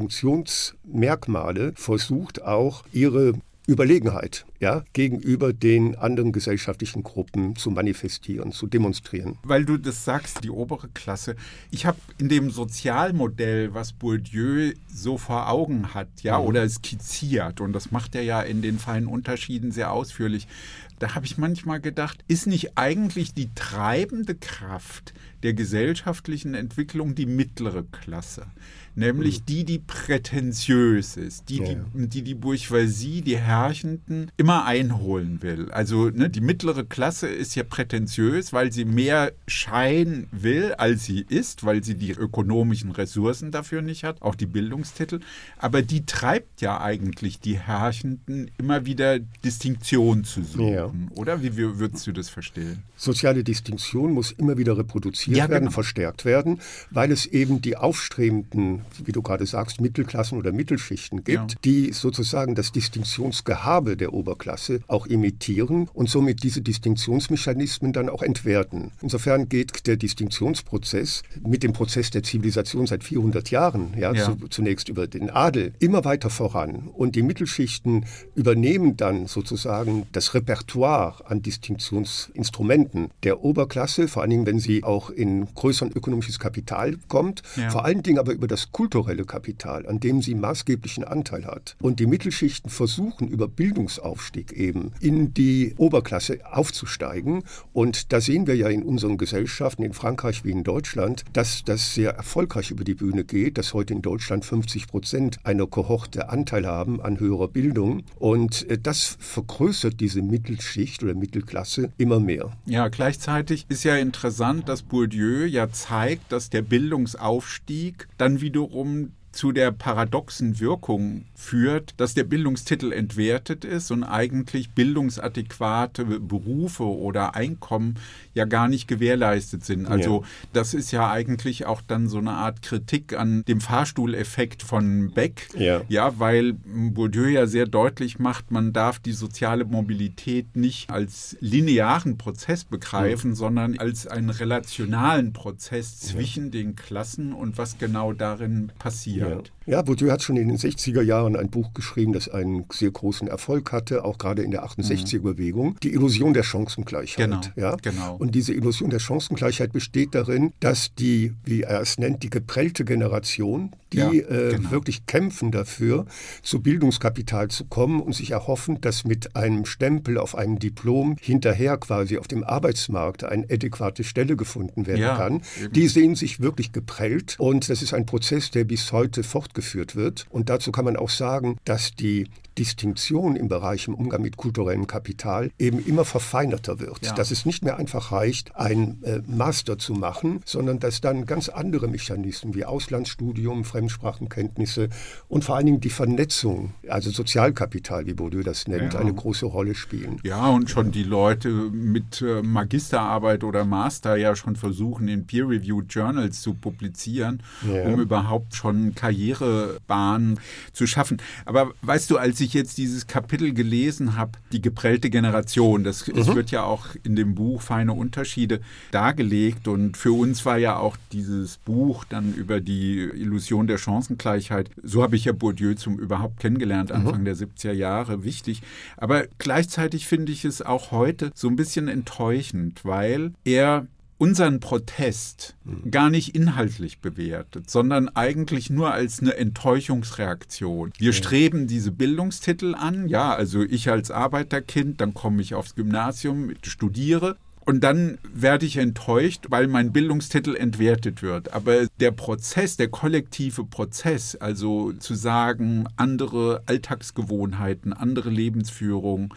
Distinktionsmerkmale versucht, auch ihre Überlegenheit ja, gegenüber den anderen gesellschaftlichen Gruppen zu manifestieren, zu demonstrieren. Weil du das sagst, die obere Klasse. Ich habe in dem Sozialmodell, was Bourdieu so vor Augen hat, ja, mhm. oder skizziert, und das macht er ja in den feinen Unterschieden sehr ausführlich, da habe ich manchmal gedacht, ist nicht eigentlich die treibende Kraft der gesellschaftlichen Entwicklung die mittlere Klasse? Nämlich mhm. die, die prätentiös ist, die, ja, ja. die die, die Bourgeoisie, die Herrschenden, immer einholen will. Also ne, die mittlere Klasse ist ja prätentiös, weil sie mehr Schein will, als sie ist, weil sie die ökonomischen Ressourcen dafür nicht hat, auch die Bildungstitel. Aber die treibt ja eigentlich die Herrschenden, immer wieder Distinktion zu suchen. Ja. Oder? Wie würdest du das verstehen? Soziale Distinktion muss immer wieder reproduziert ja, werden, genau. verstärkt werden, weil es eben die aufstrebenden, wie du gerade sagst, Mittelklassen oder Mittelschichten gibt, ja. die sozusagen das Distinktionsgehabe der Oberklasse auch imitieren und somit diese Distinktionsmechanismen dann auch entwerten. Insofern geht der Distinktionsprozess mit dem Prozess der Zivilisation seit vierhundert Jahren, ja, ja. Zu, zunächst über den Adel, immer weiter voran. Und die Mittelschichten übernehmen dann sozusagen das Repertoire an Distinktionsinstrumenten der Oberklasse, vor allen Dingen, wenn sie auch in größeren ökonomisches Kapital kommt, ja. vor allen Dingen aber über das kulturelle Kapital, an dem sie maßgeblichen Anteil hat. Und die Mittelschichten versuchen über Bildungsaufstieg eben in die Oberklasse aufzusteigen. Und da sehen wir ja in unseren Gesellschaften, in Frankreich wie in Deutschland, dass das sehr erfolgreich über die Bühne geht, dass heute in Deutschland fünfzig Prozent einer Kohorte Anteil haben an höherer Bildung. Und das vergrößert diese Mittelschicht oder Mittelklasse immer mehr. Ja, gleichzeitig ist ja interessant, dass Bourdieu ja zeigt, dass der Bildungsaufstieg dann wiederum zu der paradoxen Wirkung führt, dass der Bildungstitel entwertet ist und eigentlich bildungsadäquate Berufe oder Einkommen ja gar nicht gewährleistet sind. Also ja. das ist ja eigentlich auch dann so eine Art Kritik an dem Fahrstuhleffekt von Beck, ja, ja weil Bourdieu ja sehr deutlich macht, man darf die soziale Mobilität nicht als linearen Prozess begreifen, ja. sondern als einen relationalen Prozess zwischen ja. den Klassen und was genau darin passiert. Ja. Ja, Bourdieu hat schon in den sechziger Jahren ein Buch geschrieben, das einen sehr großen Erfolg hatte, auch gerade in der achtundsechziger-Bewegung. Die Illusion der Chancengleichheit. Genau, ja? genau. Und diese Illusion der Chancengleichheit besteht darin, dass die, wie er es nennt, die geprellte Generation, die ja, äh, genau. wirklich kämpfen dafür, zu Bildungskapital zu kommen und sich erhoffen, dass mit einem Stempel auf einem Diplom hinterher quasi auf dem Arbeitsmarkt eine adäquate Stelle gefunden werden ja, kann. Eben. Die sehen sich wirklich geprellt und das ist ein Prozess, der bis heute fortgeführt wird. Und dazu kann man auch sagen, dass die Distinktion im Bereich im Umgang mit kulturellem Kapital eben immer verfeinerter wird. Ja. Dass es nicht mehr einfach reicht, ein äh, Master zu machen, sondern dass dann ganz andere Mechanismen wie Auslandsstudium, Fremdsprachenkenntnisse und vor allen Dingen die Vernetzung, also Sozialkapital, wie Bourdieu das nennt, ja. eine große Rolle spielen. Ja, und schon die Leute mit äh, Magisterarbeit oder Master ja schon versuchen, in Peer-Reviewed Journals zu publizieren, ja. um überhaupt schon Karrierebahnen zu schaffen. Aber weißt du, als ich jetzt dieses Kapitel gelesen habe, die geprellte Generation, das mhm. es wird ja auch in dem Buch Feine Unterschiede dargelegt und für uns war ja auch dieses Buch dann über die Illusion der Chancengleichheit, so habe ich ja Bourdieu zum überhaupt kennengelernt, Anfang mhm. der siebziger Jahre, wichtig. Aber gleichzeitig finde ich es auch heute so ein bisschen enttäuschend, weil er unseren Protest gar nicht inhaltlich bewertet, sondern eigentlich nur als eine Enttäuschungsreaktion. Wir streben diese Bildungstitel an, ja, also ich als Arbeiterkind, dann komme ich aufs Gymnasium, studiere. Und dann werde ich enttäuscht, weil mein Bildungstitel entwertet wird. Aber der Prozess, der kollektive Prozess, also zu sagen, andere Alltagsgewohnheiten, andere Lebensführung,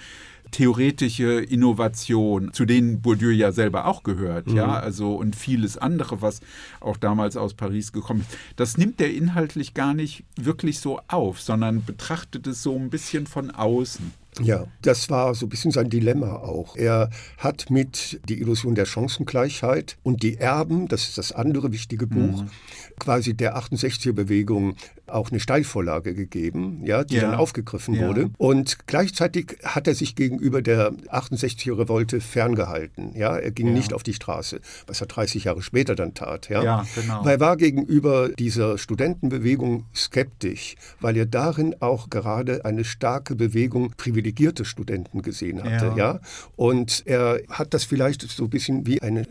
theoretische Innovation, zu denen Bourdieu ja selber auch gehört, mhm. ja, also und vieles andere, was auch damals aus Paris gekommen ist, das nimmt er inhaltlich gar nicht wirklich so auf, sondern betrachtet es so ein bisschen von außen. Ja, das war so ein bisschen sein Dilemma auch. Er hat mit Die Illusion der Chancengleichheit und Die Erben, das ist das andere wichtige Buch, mhm. quasi der achtundsechziger-Bewegung auch eine Steilvorlage gegeben, ja, die ja. dann aufgegriffen ja. wurde. Und gleichzeitig hat er sich gegenüber der achtundsechziger-Revolte ferngehalten. Ja, er ging ja. nicht auf die Straße, was er dreißig Jahre später dann tat. Ja, ja genau. Weil er war gegenüber dieser Studentenbewegung skeptisch, weil er darin auch gerade eine starke Bewegung privilegierte Studenten gesehen hatte. Ja. Ja? Und er hat das vielleicht so ein bisschen wie eine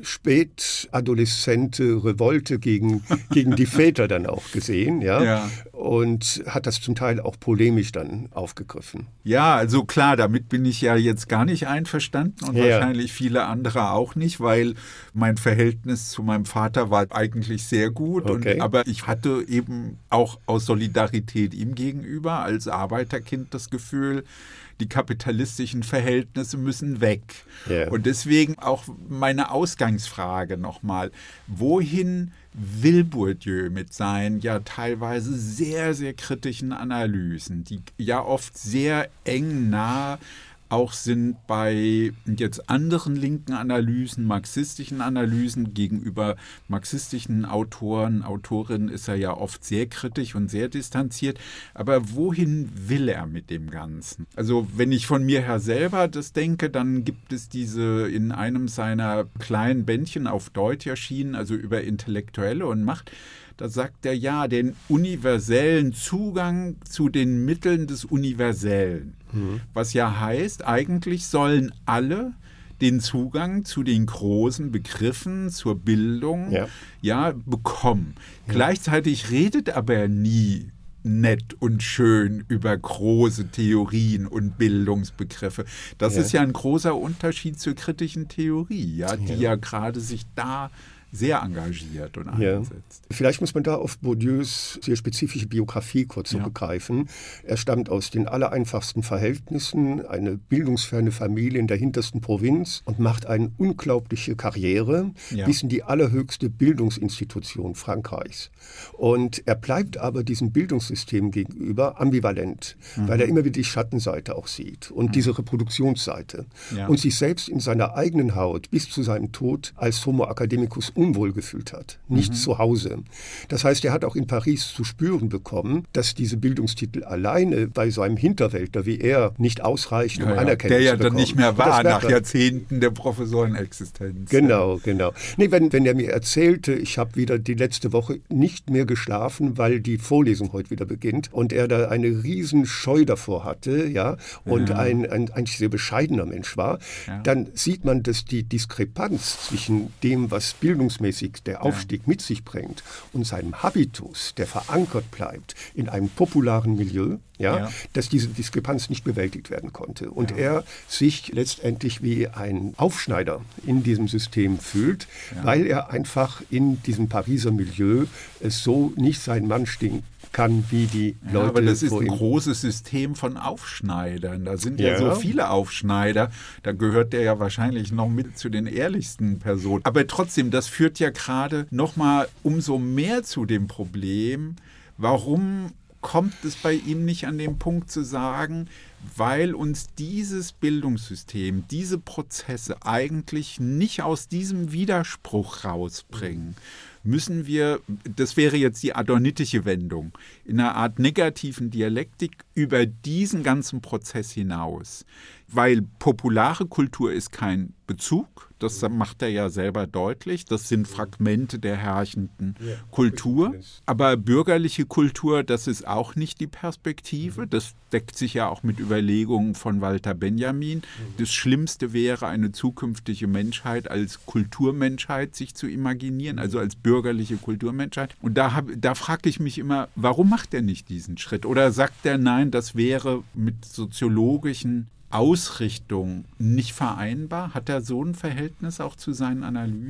spätadoleszente Revolte gegen, gegen die Väter dann auch gesehen. Ja? Ja. Und hat das zum Teil auch polemisch dann aufgegriffen. Ja, also klar, damit bin ich ja jetzt gar nicht einverstanden und ja. wahrscheinlich viele andere auch nicht, weil mein Verhältnis zu meinem Vater war eigentlich sehr gut. Okay. Und, aber ich hatte eben auch aus Solidarität ihm gegenüber als Arbeiterkind das Gefühl, die kapitalistischen Verhältnisse müssen weg. Yeah. Und deswegen auch meine Ausgangsfrage nochmal. Wohin will Bourdieu mit seinen ja teilweise sehr, sehr kritischen Analysen, die ja oft sehr eng nah auch sind bei jetzt anderen linken Analysen, marxistischen Analysen gegenüber marxistischen Autoren, Autorinnen ist er ja oft sehr kritisch und sehr distanziert. Aber wohin will er mit dem Ganzen? Also wenn ich von mir her selber das denke, dann gibt es diese in einem seiner kleinen Bändchen auf Deutsch erschienen, also über Intellektuelle und Macht, da sagt er ja, den universellen Zugang zu den Mitteln des Universellen. Mhm. Was ja heißt, eigentlich sollen alle den Zugang zu den großen Begriffen, zur Bildung, ja, ja bekommen. Ja. Gleichzeitig redet aber nie nett und schön über große Theorien und Bildungsbegriffe. Das ja. ist ja ein großer Unterschied zur kritischen Theorie, ja, die ja, ja gerade sich da sehr engagiert und einsetzt. Ja. Vielleicht muss man da auf Bourdieus sehr spezifische Biografie kurz zurückgreifen. Ja. Er stammt aus den allereinfachsten Verhältnissen, eine bildungsferne Familie in der hintersten Provinz und macht eine unglaubliche Karriere ja. bis in die allerhöchste Bildungsinstitution Frankreichs. Und er bleibt aber diesem Bildungssystem gegenüber ambivalent, mhm. weil er immer wieder die Schattenseite auch sieht und mhm. diese Reproduktionsseite ja. und sich selbst in seiner eigenen Haut bis zu seinem Tod als Homo academicus unwohl gefühlt hat, nicht mhm. zu Hause. Das heißt, er hat auch in Paris zu spüren bekommen, dass diese Bildungstitel alleine bei so einem Hinterwäldler wie er nicht ausreichen, um ja, ja. Anerkennung der ja zu bekommen. Dann nicht mehr war nach Jahrzehnten der Professorenexistenz. Genau, genau. Nee, wenn, wenn er mir erzählte, ich habe wieder die letzte Woche nicht mehr geschlafen, weil die Vorlesung heute wieder beginnt und er da eine riesen Scheu davor hatte, ja, und ja. Ein, ein eigentlich sehr bescheidener Mensch war, ja. dann sieht man, dass die Diskrepanz zwischen dem, was Bildung der Aufstieg ja. mit sich bringt und seinem Habitus, der verankert bleibt in einem popularen Milieu, ja, ja. dass diese Diskrepanz nicht bewältigt werden konnte. Und ja. er sich letztendlich wie ein Aufschneider in diesem System fühlt, ja. weil er einfach in diesem Pariser Milieu es so nicht sein Mann stehen kann, wie die ja, Leute. Aber das ist ein großes System von Aufschneidern. Da sind ja, ja so viele Aufschneider. Da gehört der ja wahrscheinlich noch mit zu den ehrlichsten Personen. Aber trotzdem, das führt ja gerade noch mal umso mehr zu dem Problem, warum kommt es bei ihm nicht an den Punkt zu sagen, weil uns dieses Bildungssystem, diese Prozesse eigentlich nicht aus diesem Widerspruch rausbringen, müssen wir, das wäre jetzt die adornitische Wendung, in einer Art negativen Dialektik über diesen ganzen Prozess hinaus. Weil populare Kultur ist kein Bezug, das macht er ja selber deutlich, das sind Fragmente der herrschenden ja, Kultur. Aber bürgerliche Kultur, das ist auch nicht die Perspektive, das deckt sich ja auch mit Überlegungen von Walter Benjamin. Das Schlimmste wäre, eine zukünftige Menschheit als Kulturmenschheit sich zu imaginieren, also als bürgerliche Kulturmenschheit. Und da, hab, da frage ich mich immer, warum macht er nicht diesen Schritt? Oder sagt er, nein, das wäre mit soziologischen Ausrichtung nicht vereinbar? Hat er so ein Verhältnis auch zu seinen Analysen?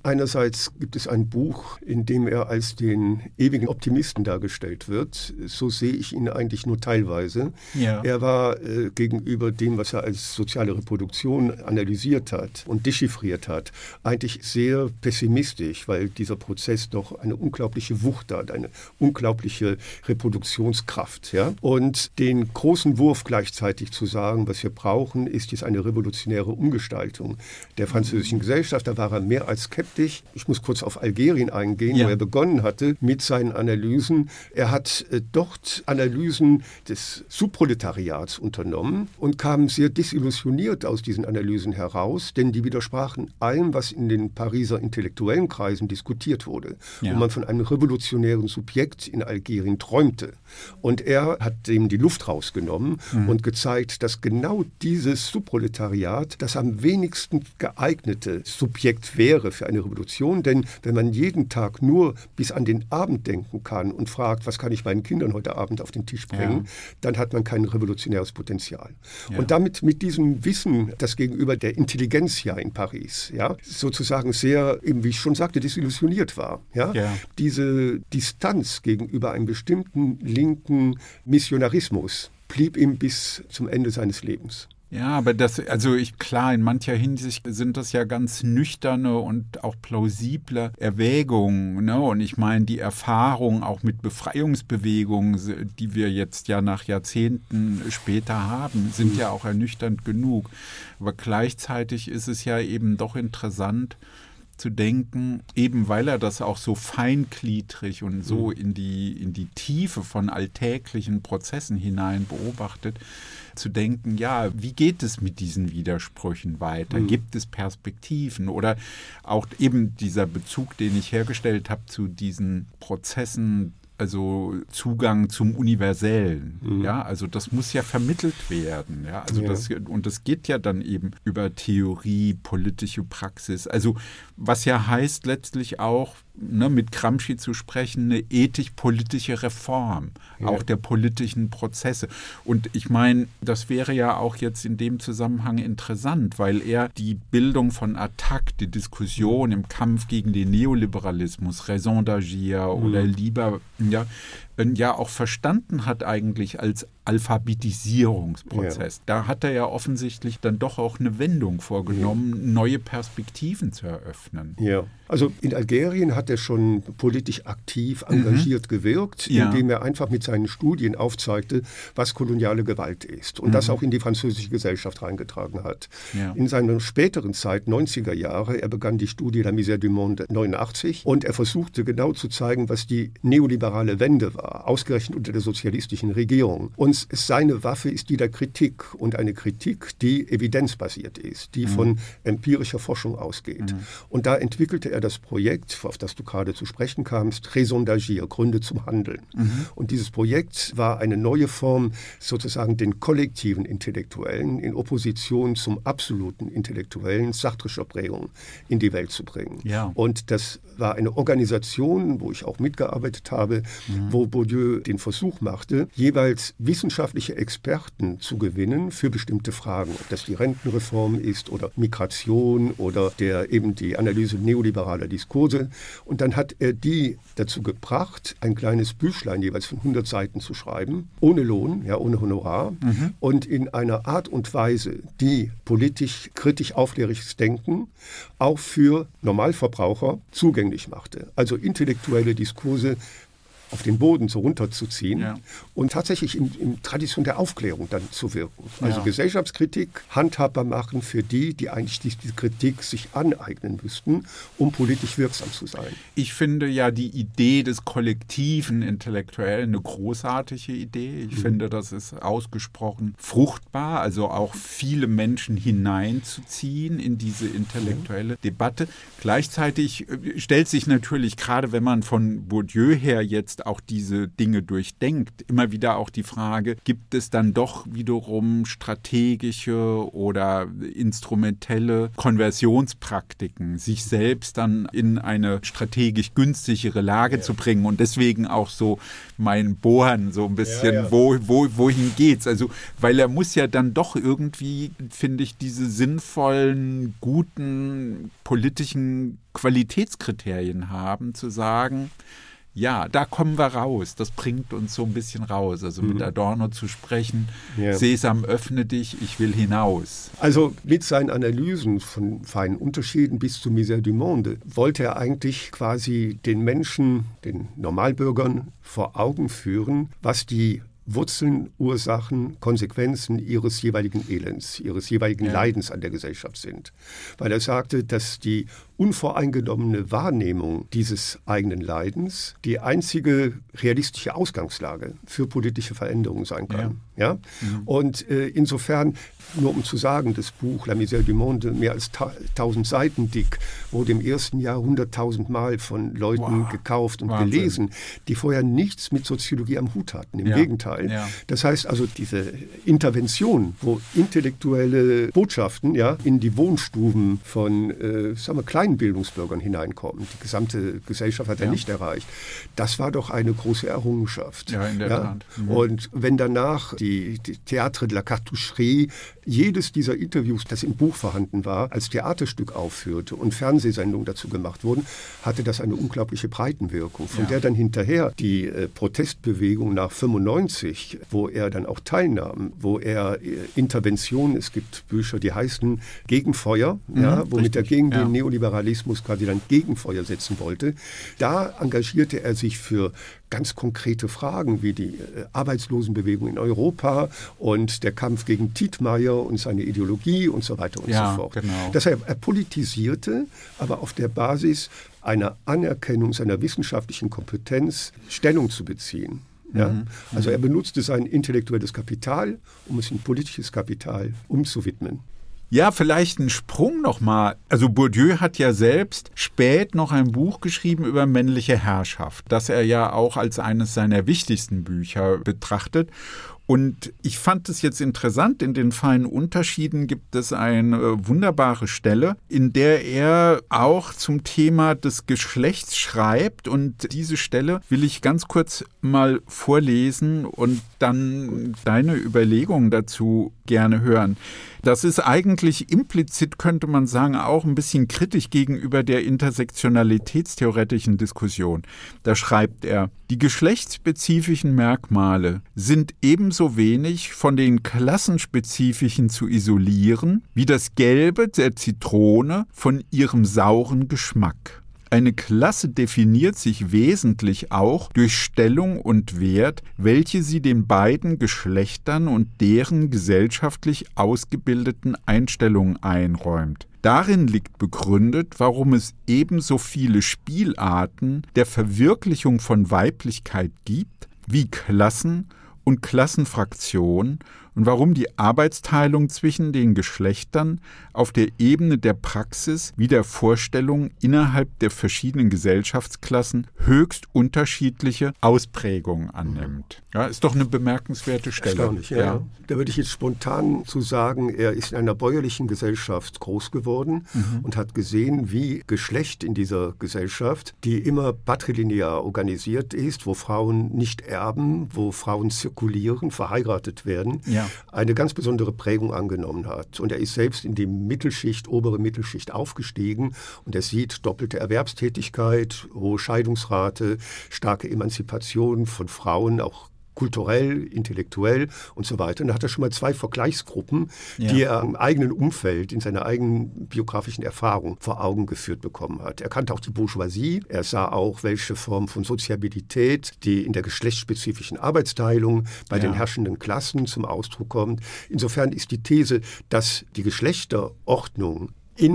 Einerseits gibt es ein Buch, in dem er als den ewigen Optimisten dargestellt wird. So sehe ich ihn eigentlich nur teilweise. Ja. Er war äh, gegenüber dem, was er als soziale Reproduktion analysiert hat und dechiffriert hat, eigentlich sehr pessimistisch, weil dieser Prozess doch eine unglaubliche Wucht hat, eine unglaubliche Reproduktionskraft. Ja? Und den großen Wurf gleichzeitig zu sagen, was wir brauchen, ist jetzt eine revolutionäre Umgestaltung der französischen Gesellschaft. Da war er mehr als skeptisch. Ich muss kurz auf Algerien eingehen, ja. wo er begonnen hatte mit seinen Analysen. Er hat äh, dort Analysen des Subproletariats unternommen und kam sehr desillusioniert aus diesen Analysen heraus, denn die widersprachen allem, was in den Pariser intellektuellen Kreisen diskutiert wurde, ja. wo man von einem revolutionären Subjekt in Algerien träumte. Und er hat dem die Luft rausgenommen mhm. und gezeigt, dass genau dieses Subproletariat das am wenigsten geeignete Subjekt wäre für eine Revolution. Denn wenn man jeden Tag nur bis an den Abend denken kann und fragt, was kann ich meinen Kindern heute Abend auf den Tisch bringen, ja. dann hat man kein revolutionäres Potenzial. Ja. Und damit mit diesem Wissen, das gegenüber der Intelligenz ja in Paris ja, sozusagen sehr, eben wie ich schon sagte, desillusioniert war. Ja? Ja. Diese Distanz gegenüber einem bestimmten linken Missionarismus blieb ihm bis zum Ende seines Lebens. Ja, aber das, also ich, klar, in mancher Hinsicht sind das ja ganz nüchterne und auch plausible Erwägungen, ne? Und ich meine, die Erfahrung auch mit Befreiungsbewegungen, die wir jetzt ja nach Jahrzehnten später haben, sind mhm. ja auch ernüchternd genug. Aber gleichzeitig ist es ja eben doch interessant zu denken, eben weil er das auch so feingliedrig und so in die, in die Tiefe von alltäglichen Prozessen hinein beobachtet, zu denken, ja, wie geht es mit diesen Widersprüchen weiter? Mhm. Gibt es Perspektiven? Oder auch eben dieser Bezug, den ich hergestellt habe zu diesen Prozessen, also Zugang zum Universellen, mhm. ja, also das muss ja vermittelt werden, ja, also ja. das, und das geht ja dann eben über Theorie, politische Praxis, also was ja heißt letztlich auch, ne, mit Gramsci zu sprechen, eine ethisch-politische Reform, ja. auch der politischen Prozesse. Und ich meine, das wäre ja auch jetzt in dem Zusammenhang interessant, weil er die Bildung von Attac, die Diskussion im Kampf gegen den Neoliberalismus, Raison d'agir mhm. oder lieber, ja, ja auch verstanden hat eigentlich als Alphabetisierungsprozess. Ja. Da hat er ja offensichtlich dann doch auch eine Wendung vorgenommen, ja. neue Perspektiven zu eröffnen. Ja, also in Algerien hat er schon politisch aktiv engagiert mhm. gewirkt, ja. indem er einfach mit seinen Studien aufzeigte, was koloniale Gewalt ist und mhm. das auch in die französische Gesellschaft reingetragen hat. Ja. In seiner späteren Zeit, neunziger Jahre, er begann die Studie La Misère du Monde neunundachtzig und er versuchte genau zu zeigen, was die neoliberale Wende war, ausgerechnet unter der sozialistischen Regierung. Und seine Waffe ist die der Kritik und eine Kritik, die evidenzbasiert ist, die mhm. von empirischer Forschung ausgeht. Mhm. Und da entwickelte er das Projekt, auf das du gerade zu sprechen kamst, Raison d'agir, Gründe zum Handeln. Mhm. Und dieses Projekt war eine neue Form, sozusagen den kollektiven Intellektuellen in Opposition zum absoluten Intellektuellen sartrischer Prägung in die Welt zu bringen. Ja. Und das war eine Organisation, wo ich auch mitgearbeitet habe, mhm. wo Bourdieu den Versuch machte, jeweils wissenschaftliche Experten zu gewinnen für bestimmte Fragen, ob das die Rentenreform ist oder Migration oder der, eben die Analyse neoliberaler Diskurse. Und dann hat er die dazu gebracht, ein kleines Büchlein jeweils von hundert Seiten zu schreiben, ohne Lohn, ja, ohne Honorar mhm. und in einer Art und Weise, die politisch kritisch aufklärisches Denken auch für Normalverbraucher zugänglich machte. Also intellektuelle Diskurse auf den Boden so runterzuziehen ja. und tatsächlich in, in Tradition der Aufklärung dann zu wirken. Also ja. Gesellschaftskritik handhabbar machen für die, die eigentlich die, die Kritik sich aneignen müssten, um politisch wirksam zu sein. Ich finde ja die Idee des kollektiven Intellektuellen eine großartige Idee. Ich mhm. finde, das ist ausgesprochen fruchtbar, also auch viele Menschen hineinzuziehen in diese intellektuelle mhm. Debatte. Gleichzeitig stellt sich natürlich, gerade wenn man von Bourdieu her jetzt selbst auch diese Dinge durchdenkt, immer wieder auch die Frage, gibt es dann doch wiederum strategische oder instrumentelle Konversionspraktiken, sich selbst dann in eine strategisch günstigere Lage ja. zu bringen und deswegen auch so mein Bohren so ein bisschen, ja, ja. wo, wo, wohin geht's? Also, weil er muss ja dann doch irgendwie, finde ich, diese sinnvollen, guten politischen Qualitätskriterien haben, zu sagen, ja, da kommen wir raus, das bringt uns so ein bisschen raus. Also mit Adorno zu sprechen, ja. Sesam, öffne dich, ich will hinaus. Also mit seinen Analysen von feinen Unterschieden bis zu Misère du Monde wollte er eigentlich quasi den Menschen, den Normalbürgern vor Augen führen, was die Wurzeln, Ursachen, Konsequenzen ihres jeweiligen Elends, ihres jeweiligen ja. Leidens an der Gesellschaft sind. Weil er sagte, dass die unvoreingenommene Wahrnehmung dieses eigenen Leidens die einzige realistische Ausgangslage für politische Veränderungen sein kann. Ja. Ja? Mhm. Und äh, insofern, nur um zu sagen, das Buch La Misère du Monde, mehr als ta- tausend Seiten dick, wurde im ersten Jahr hunderttausend Mal von Leuten wow. gekauft und Wahnsinn. gelesen, die vorher nichts mit Soziologie am Hut hatten. Im ja. Gegenteil. Ja. Das heißt also, diese Intervention, wo intellektuelle Botschaften ja, in die Wohnstuben von äh, sagen wir, kleinen Bildungsbürgern hineinkommen. Die gesamte Gesellschaft hat er ja. nicht erreicht. Das war doch eine große Errungenschaft. Ja, in der ja? Tat. Mhm. Und wenn danach die, die Théâtre de la Cartoucherie jedes dieser Interviews, das im Buch vorhanden war, als Theaterstück aufführte und Fernsehsendungen dazu gemacht wurden, hatte das eine unglaubliche Breitenwirkung, von ja. der dann hinterher die äh, Protestbewegung nach fünfundneunzig, wo er dann auch teilnahm, wo er äh, Interventionen, es gibt Bücher, die heißen Gegenfeuer, mhm, ja, womit er gegen ja. den Neoliberalismus quasi dann Gegenfeuer setzen wollte. Da engagierte er sich für ganz konkrete Fragen wie die äh, Arbeitslosenbewegung in Europa und der Kampf gegen Tietmeyer und seine Ideologie und so weiter und ja, so fort. Genau. Das heißt, er politisierte, aber auf der Basis einer Anerkennung seiner wissenschaftlichen Kompetenz Stellung zu beziehen. Ja? Mhm. Also er benutzte sein intellektuelles Kapital, um es in politisches Kapital umzuwidmen. Ja, vielleicht ein Sprung nochmal. Also Bourdieu hat ja selbst spät noch ein Buch geschrieben über männliche Herrschaft, das er ja auch als eines seiner wichtigsten Bücher betrachtet. Und ich fand es jetzt interessant, in den feinen Unterschieden gibt es eine wunderbare Stelle, in der er auch zum Thema des Geschlechts schreibt. Und diese Stelle will ich ganz kurz mal vorlesen und dann deine Überlegungen dazu gerne hören. Das ist eigentlich implizit, könnte man sagen, auch ein bisschen kritisch gegenüber der intersektionalitätstheoretischen Diskussion. Da schreibt er, die geschlechtsspezifischen Merkmale sind ebenso wenig von den klassenspezifischen zu isolieren, wie das Gelbe der Zitrone von ihrem sauren Geschmack. Eine Klasse definiert sich wesentlich auch durch Stellung und Wert, welche sie den beiden Geschlechtern und deren gesellschaftlich ausgebildeten Einstellungen einräumt. Darin liegt begründet, warum es ebenso viele Spielarten der Verwirklichung von Weiblichkeit gibt, wie Klassen und Klassenfraktionen und warum die Arbeitsteilung zwischen den Geschlechtern auf der Ebene der Praxis wie der Vorstellung innerhalb der verschiedenen Gesellschaftsklassen höchst unterschiedliche Ausprägungen annimmt. Ja, ist doch eine bemerkenswerte Stelle. Erstaunlich, ja. ja. Da würde ich jetzt spontan zu sagen, er ist in einer bäuerlichen Gesellschaft groß geworden mhm. und hat gesehen, wie Geschlecht in dieser Gesellschaft, die immer patrilinear organisiert ist, wo Frauen nicht erben, wo Frauen zirkulieren, verheiratet werden, ja. eine ganz besondere Prägung angenommen hat. Und er ist selbst in die Mittelschicht, obere Mittelschicht aufgestiegen und er sieht doppelte Erwerbstätigkeit, hohe Scheidungsrate, starke Emanzipation von Frauen, auch kulturell, intellektuell und so weiter. Und da hat er schon mal zwei Vergleichsgruppen, ja. die er im eigenen Umfeld, in seiner eigenen biografischen Erfahrung vor Augen geführt bekommen hat. Er kannte auch die Bourgeoisie. Er sah auch, welche Form von Soziabilität, die in der geschlechtsspezifischen Arbeitsteilung bei ja. den herrschenden Klassen zum Ausdruck kommt. Insofern ist die These, dass die Geschlechterordnung in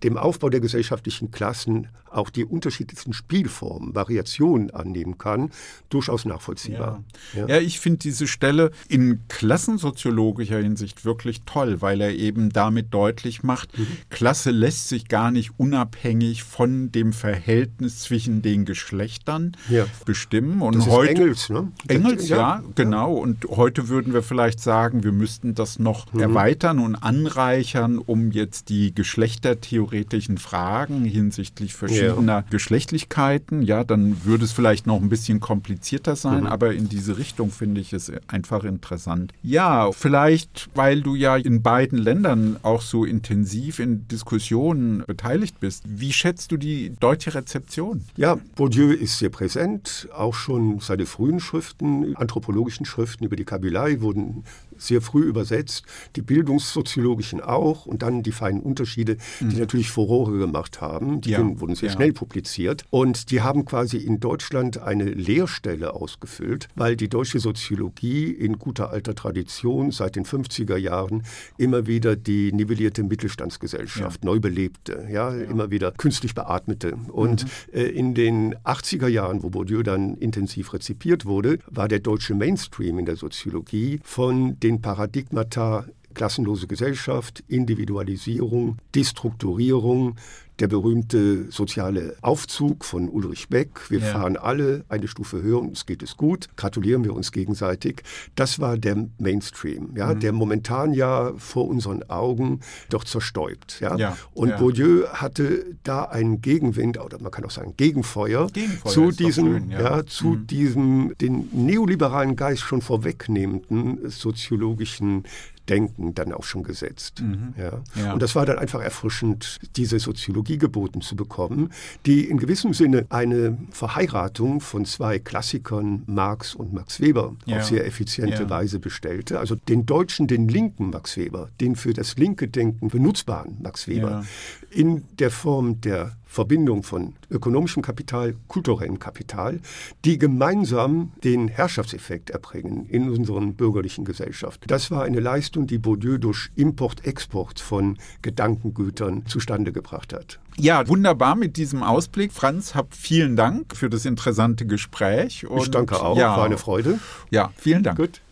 dem Aufbau der gesellschaftlichen Klassen auch die unterschiedlichsten Spielformen, Variationen annehmen kann, durchaus nachvollziehbar. Ja, ja. ja ich finde diese Stelle in klassensoziologischer Hinsicht wirklich toll, weil er eben damit deutlich macht, mhm. Klasse lässt sich gar nicht unabhängig von dem Verhältnis zwischen den Geschlechtern ja. bestimmen. Und das ist heute, Engels, ne? Engels, ja, ja, genau. Und heute würden wir vielleicht sagen, wir müssten das noch mhm. erweitern und anreichern, um jetzt die geschlechtertheoretischen Fragen hinsichtlich verschiedener ja. Geschlechtlichkeiten, ja, dann würde es vielleicht noch ein bisschen komplizierter sein, mhm. aber in diese Richtung finde ich es einfach interessant. Ja, vielleicht, weil du ja in beiden Ländern auch so intensiv in Diskussionen beteiligt bist. Wie schätzt du die deutsche Rezeption? Ja, Bourdieu ist sehr präsent, auch schon seine frühen Schriften, anthropologischen Schriften über die Kabylei wurden sehr früh übersetzt, die bildungssoziologischen auch und dann die feinen Unterschiede, die mhm. natürlich Furore gemacht haben, die ja. wurden sehr ja. schnell publiziert und die haben quasi in Deutschland eine Leerstelle ausgefüllt, weil die deutsche Soziologie in guter alter Tradition seit den fünfziger Jahren immer wieder die nivellierte Mittelstandsgesellschaft ja. neu belebte, ja, ja, immer wieder künstlich beatmete. Und mhm. äh, in den achtziger Jahren, wo Bourdieu dann intensiv rezipiert wurde, war der deutsche Mainstream in der Soziologie von den Paradigmata klassenlose Gesellschaft, Individualisierung, Destrukturierung, der berühmte soziale Aufzug von Ulrich Beck. Wir ja. fahren alle eine Stufe höher und uns geht es gut. Gratulieren wir uns gegenseitig. Das war der Mainstream, ja, mhm. der momentan ja vor unseren Augen doch zerstäubt. Ja. Ja. Und ja. Bourdieu hatte da einen Gegenwind, oder man kann auch sagen Gegenfeuer, Gegenfeuer zu diesem, schön, ja. Ja, zu mhm. diesem den neoliberalen Geist schon vorwegnehmenden soziologischen Denken dann auch schon gesetzt. Mhm. Ja. Ja. Und das war dann einfach erfrischend, diese Soziologie geboten zu bekommen, die in gewissem Sinne eine Verheiratung von zwei Klassikern, Marx und Max Weber, ja. auf sehr effiziente ja. Weise bestellte. Also den deutschen, den linken Max Weber, den für das linke Denken benutzbaren Max Weber, ja. in der Form der Verbindung von ökonomischem Kapital, kulturellem Kapital, die gemeinsam den Herrschaftseffekt erbringen in unseren bürgerlichen Gesellschaften. Das war eine Leistung, die Bourdieu durch Import-Export von Gedankengütern zustande gebracht hat. Ja, wunderbar mit diesem Ausblick. Franz, hab vielen Dank für das interessante Gespräch. Und ich danke auch, ja, war eine Freude. Ja, vielen Dank. Gut.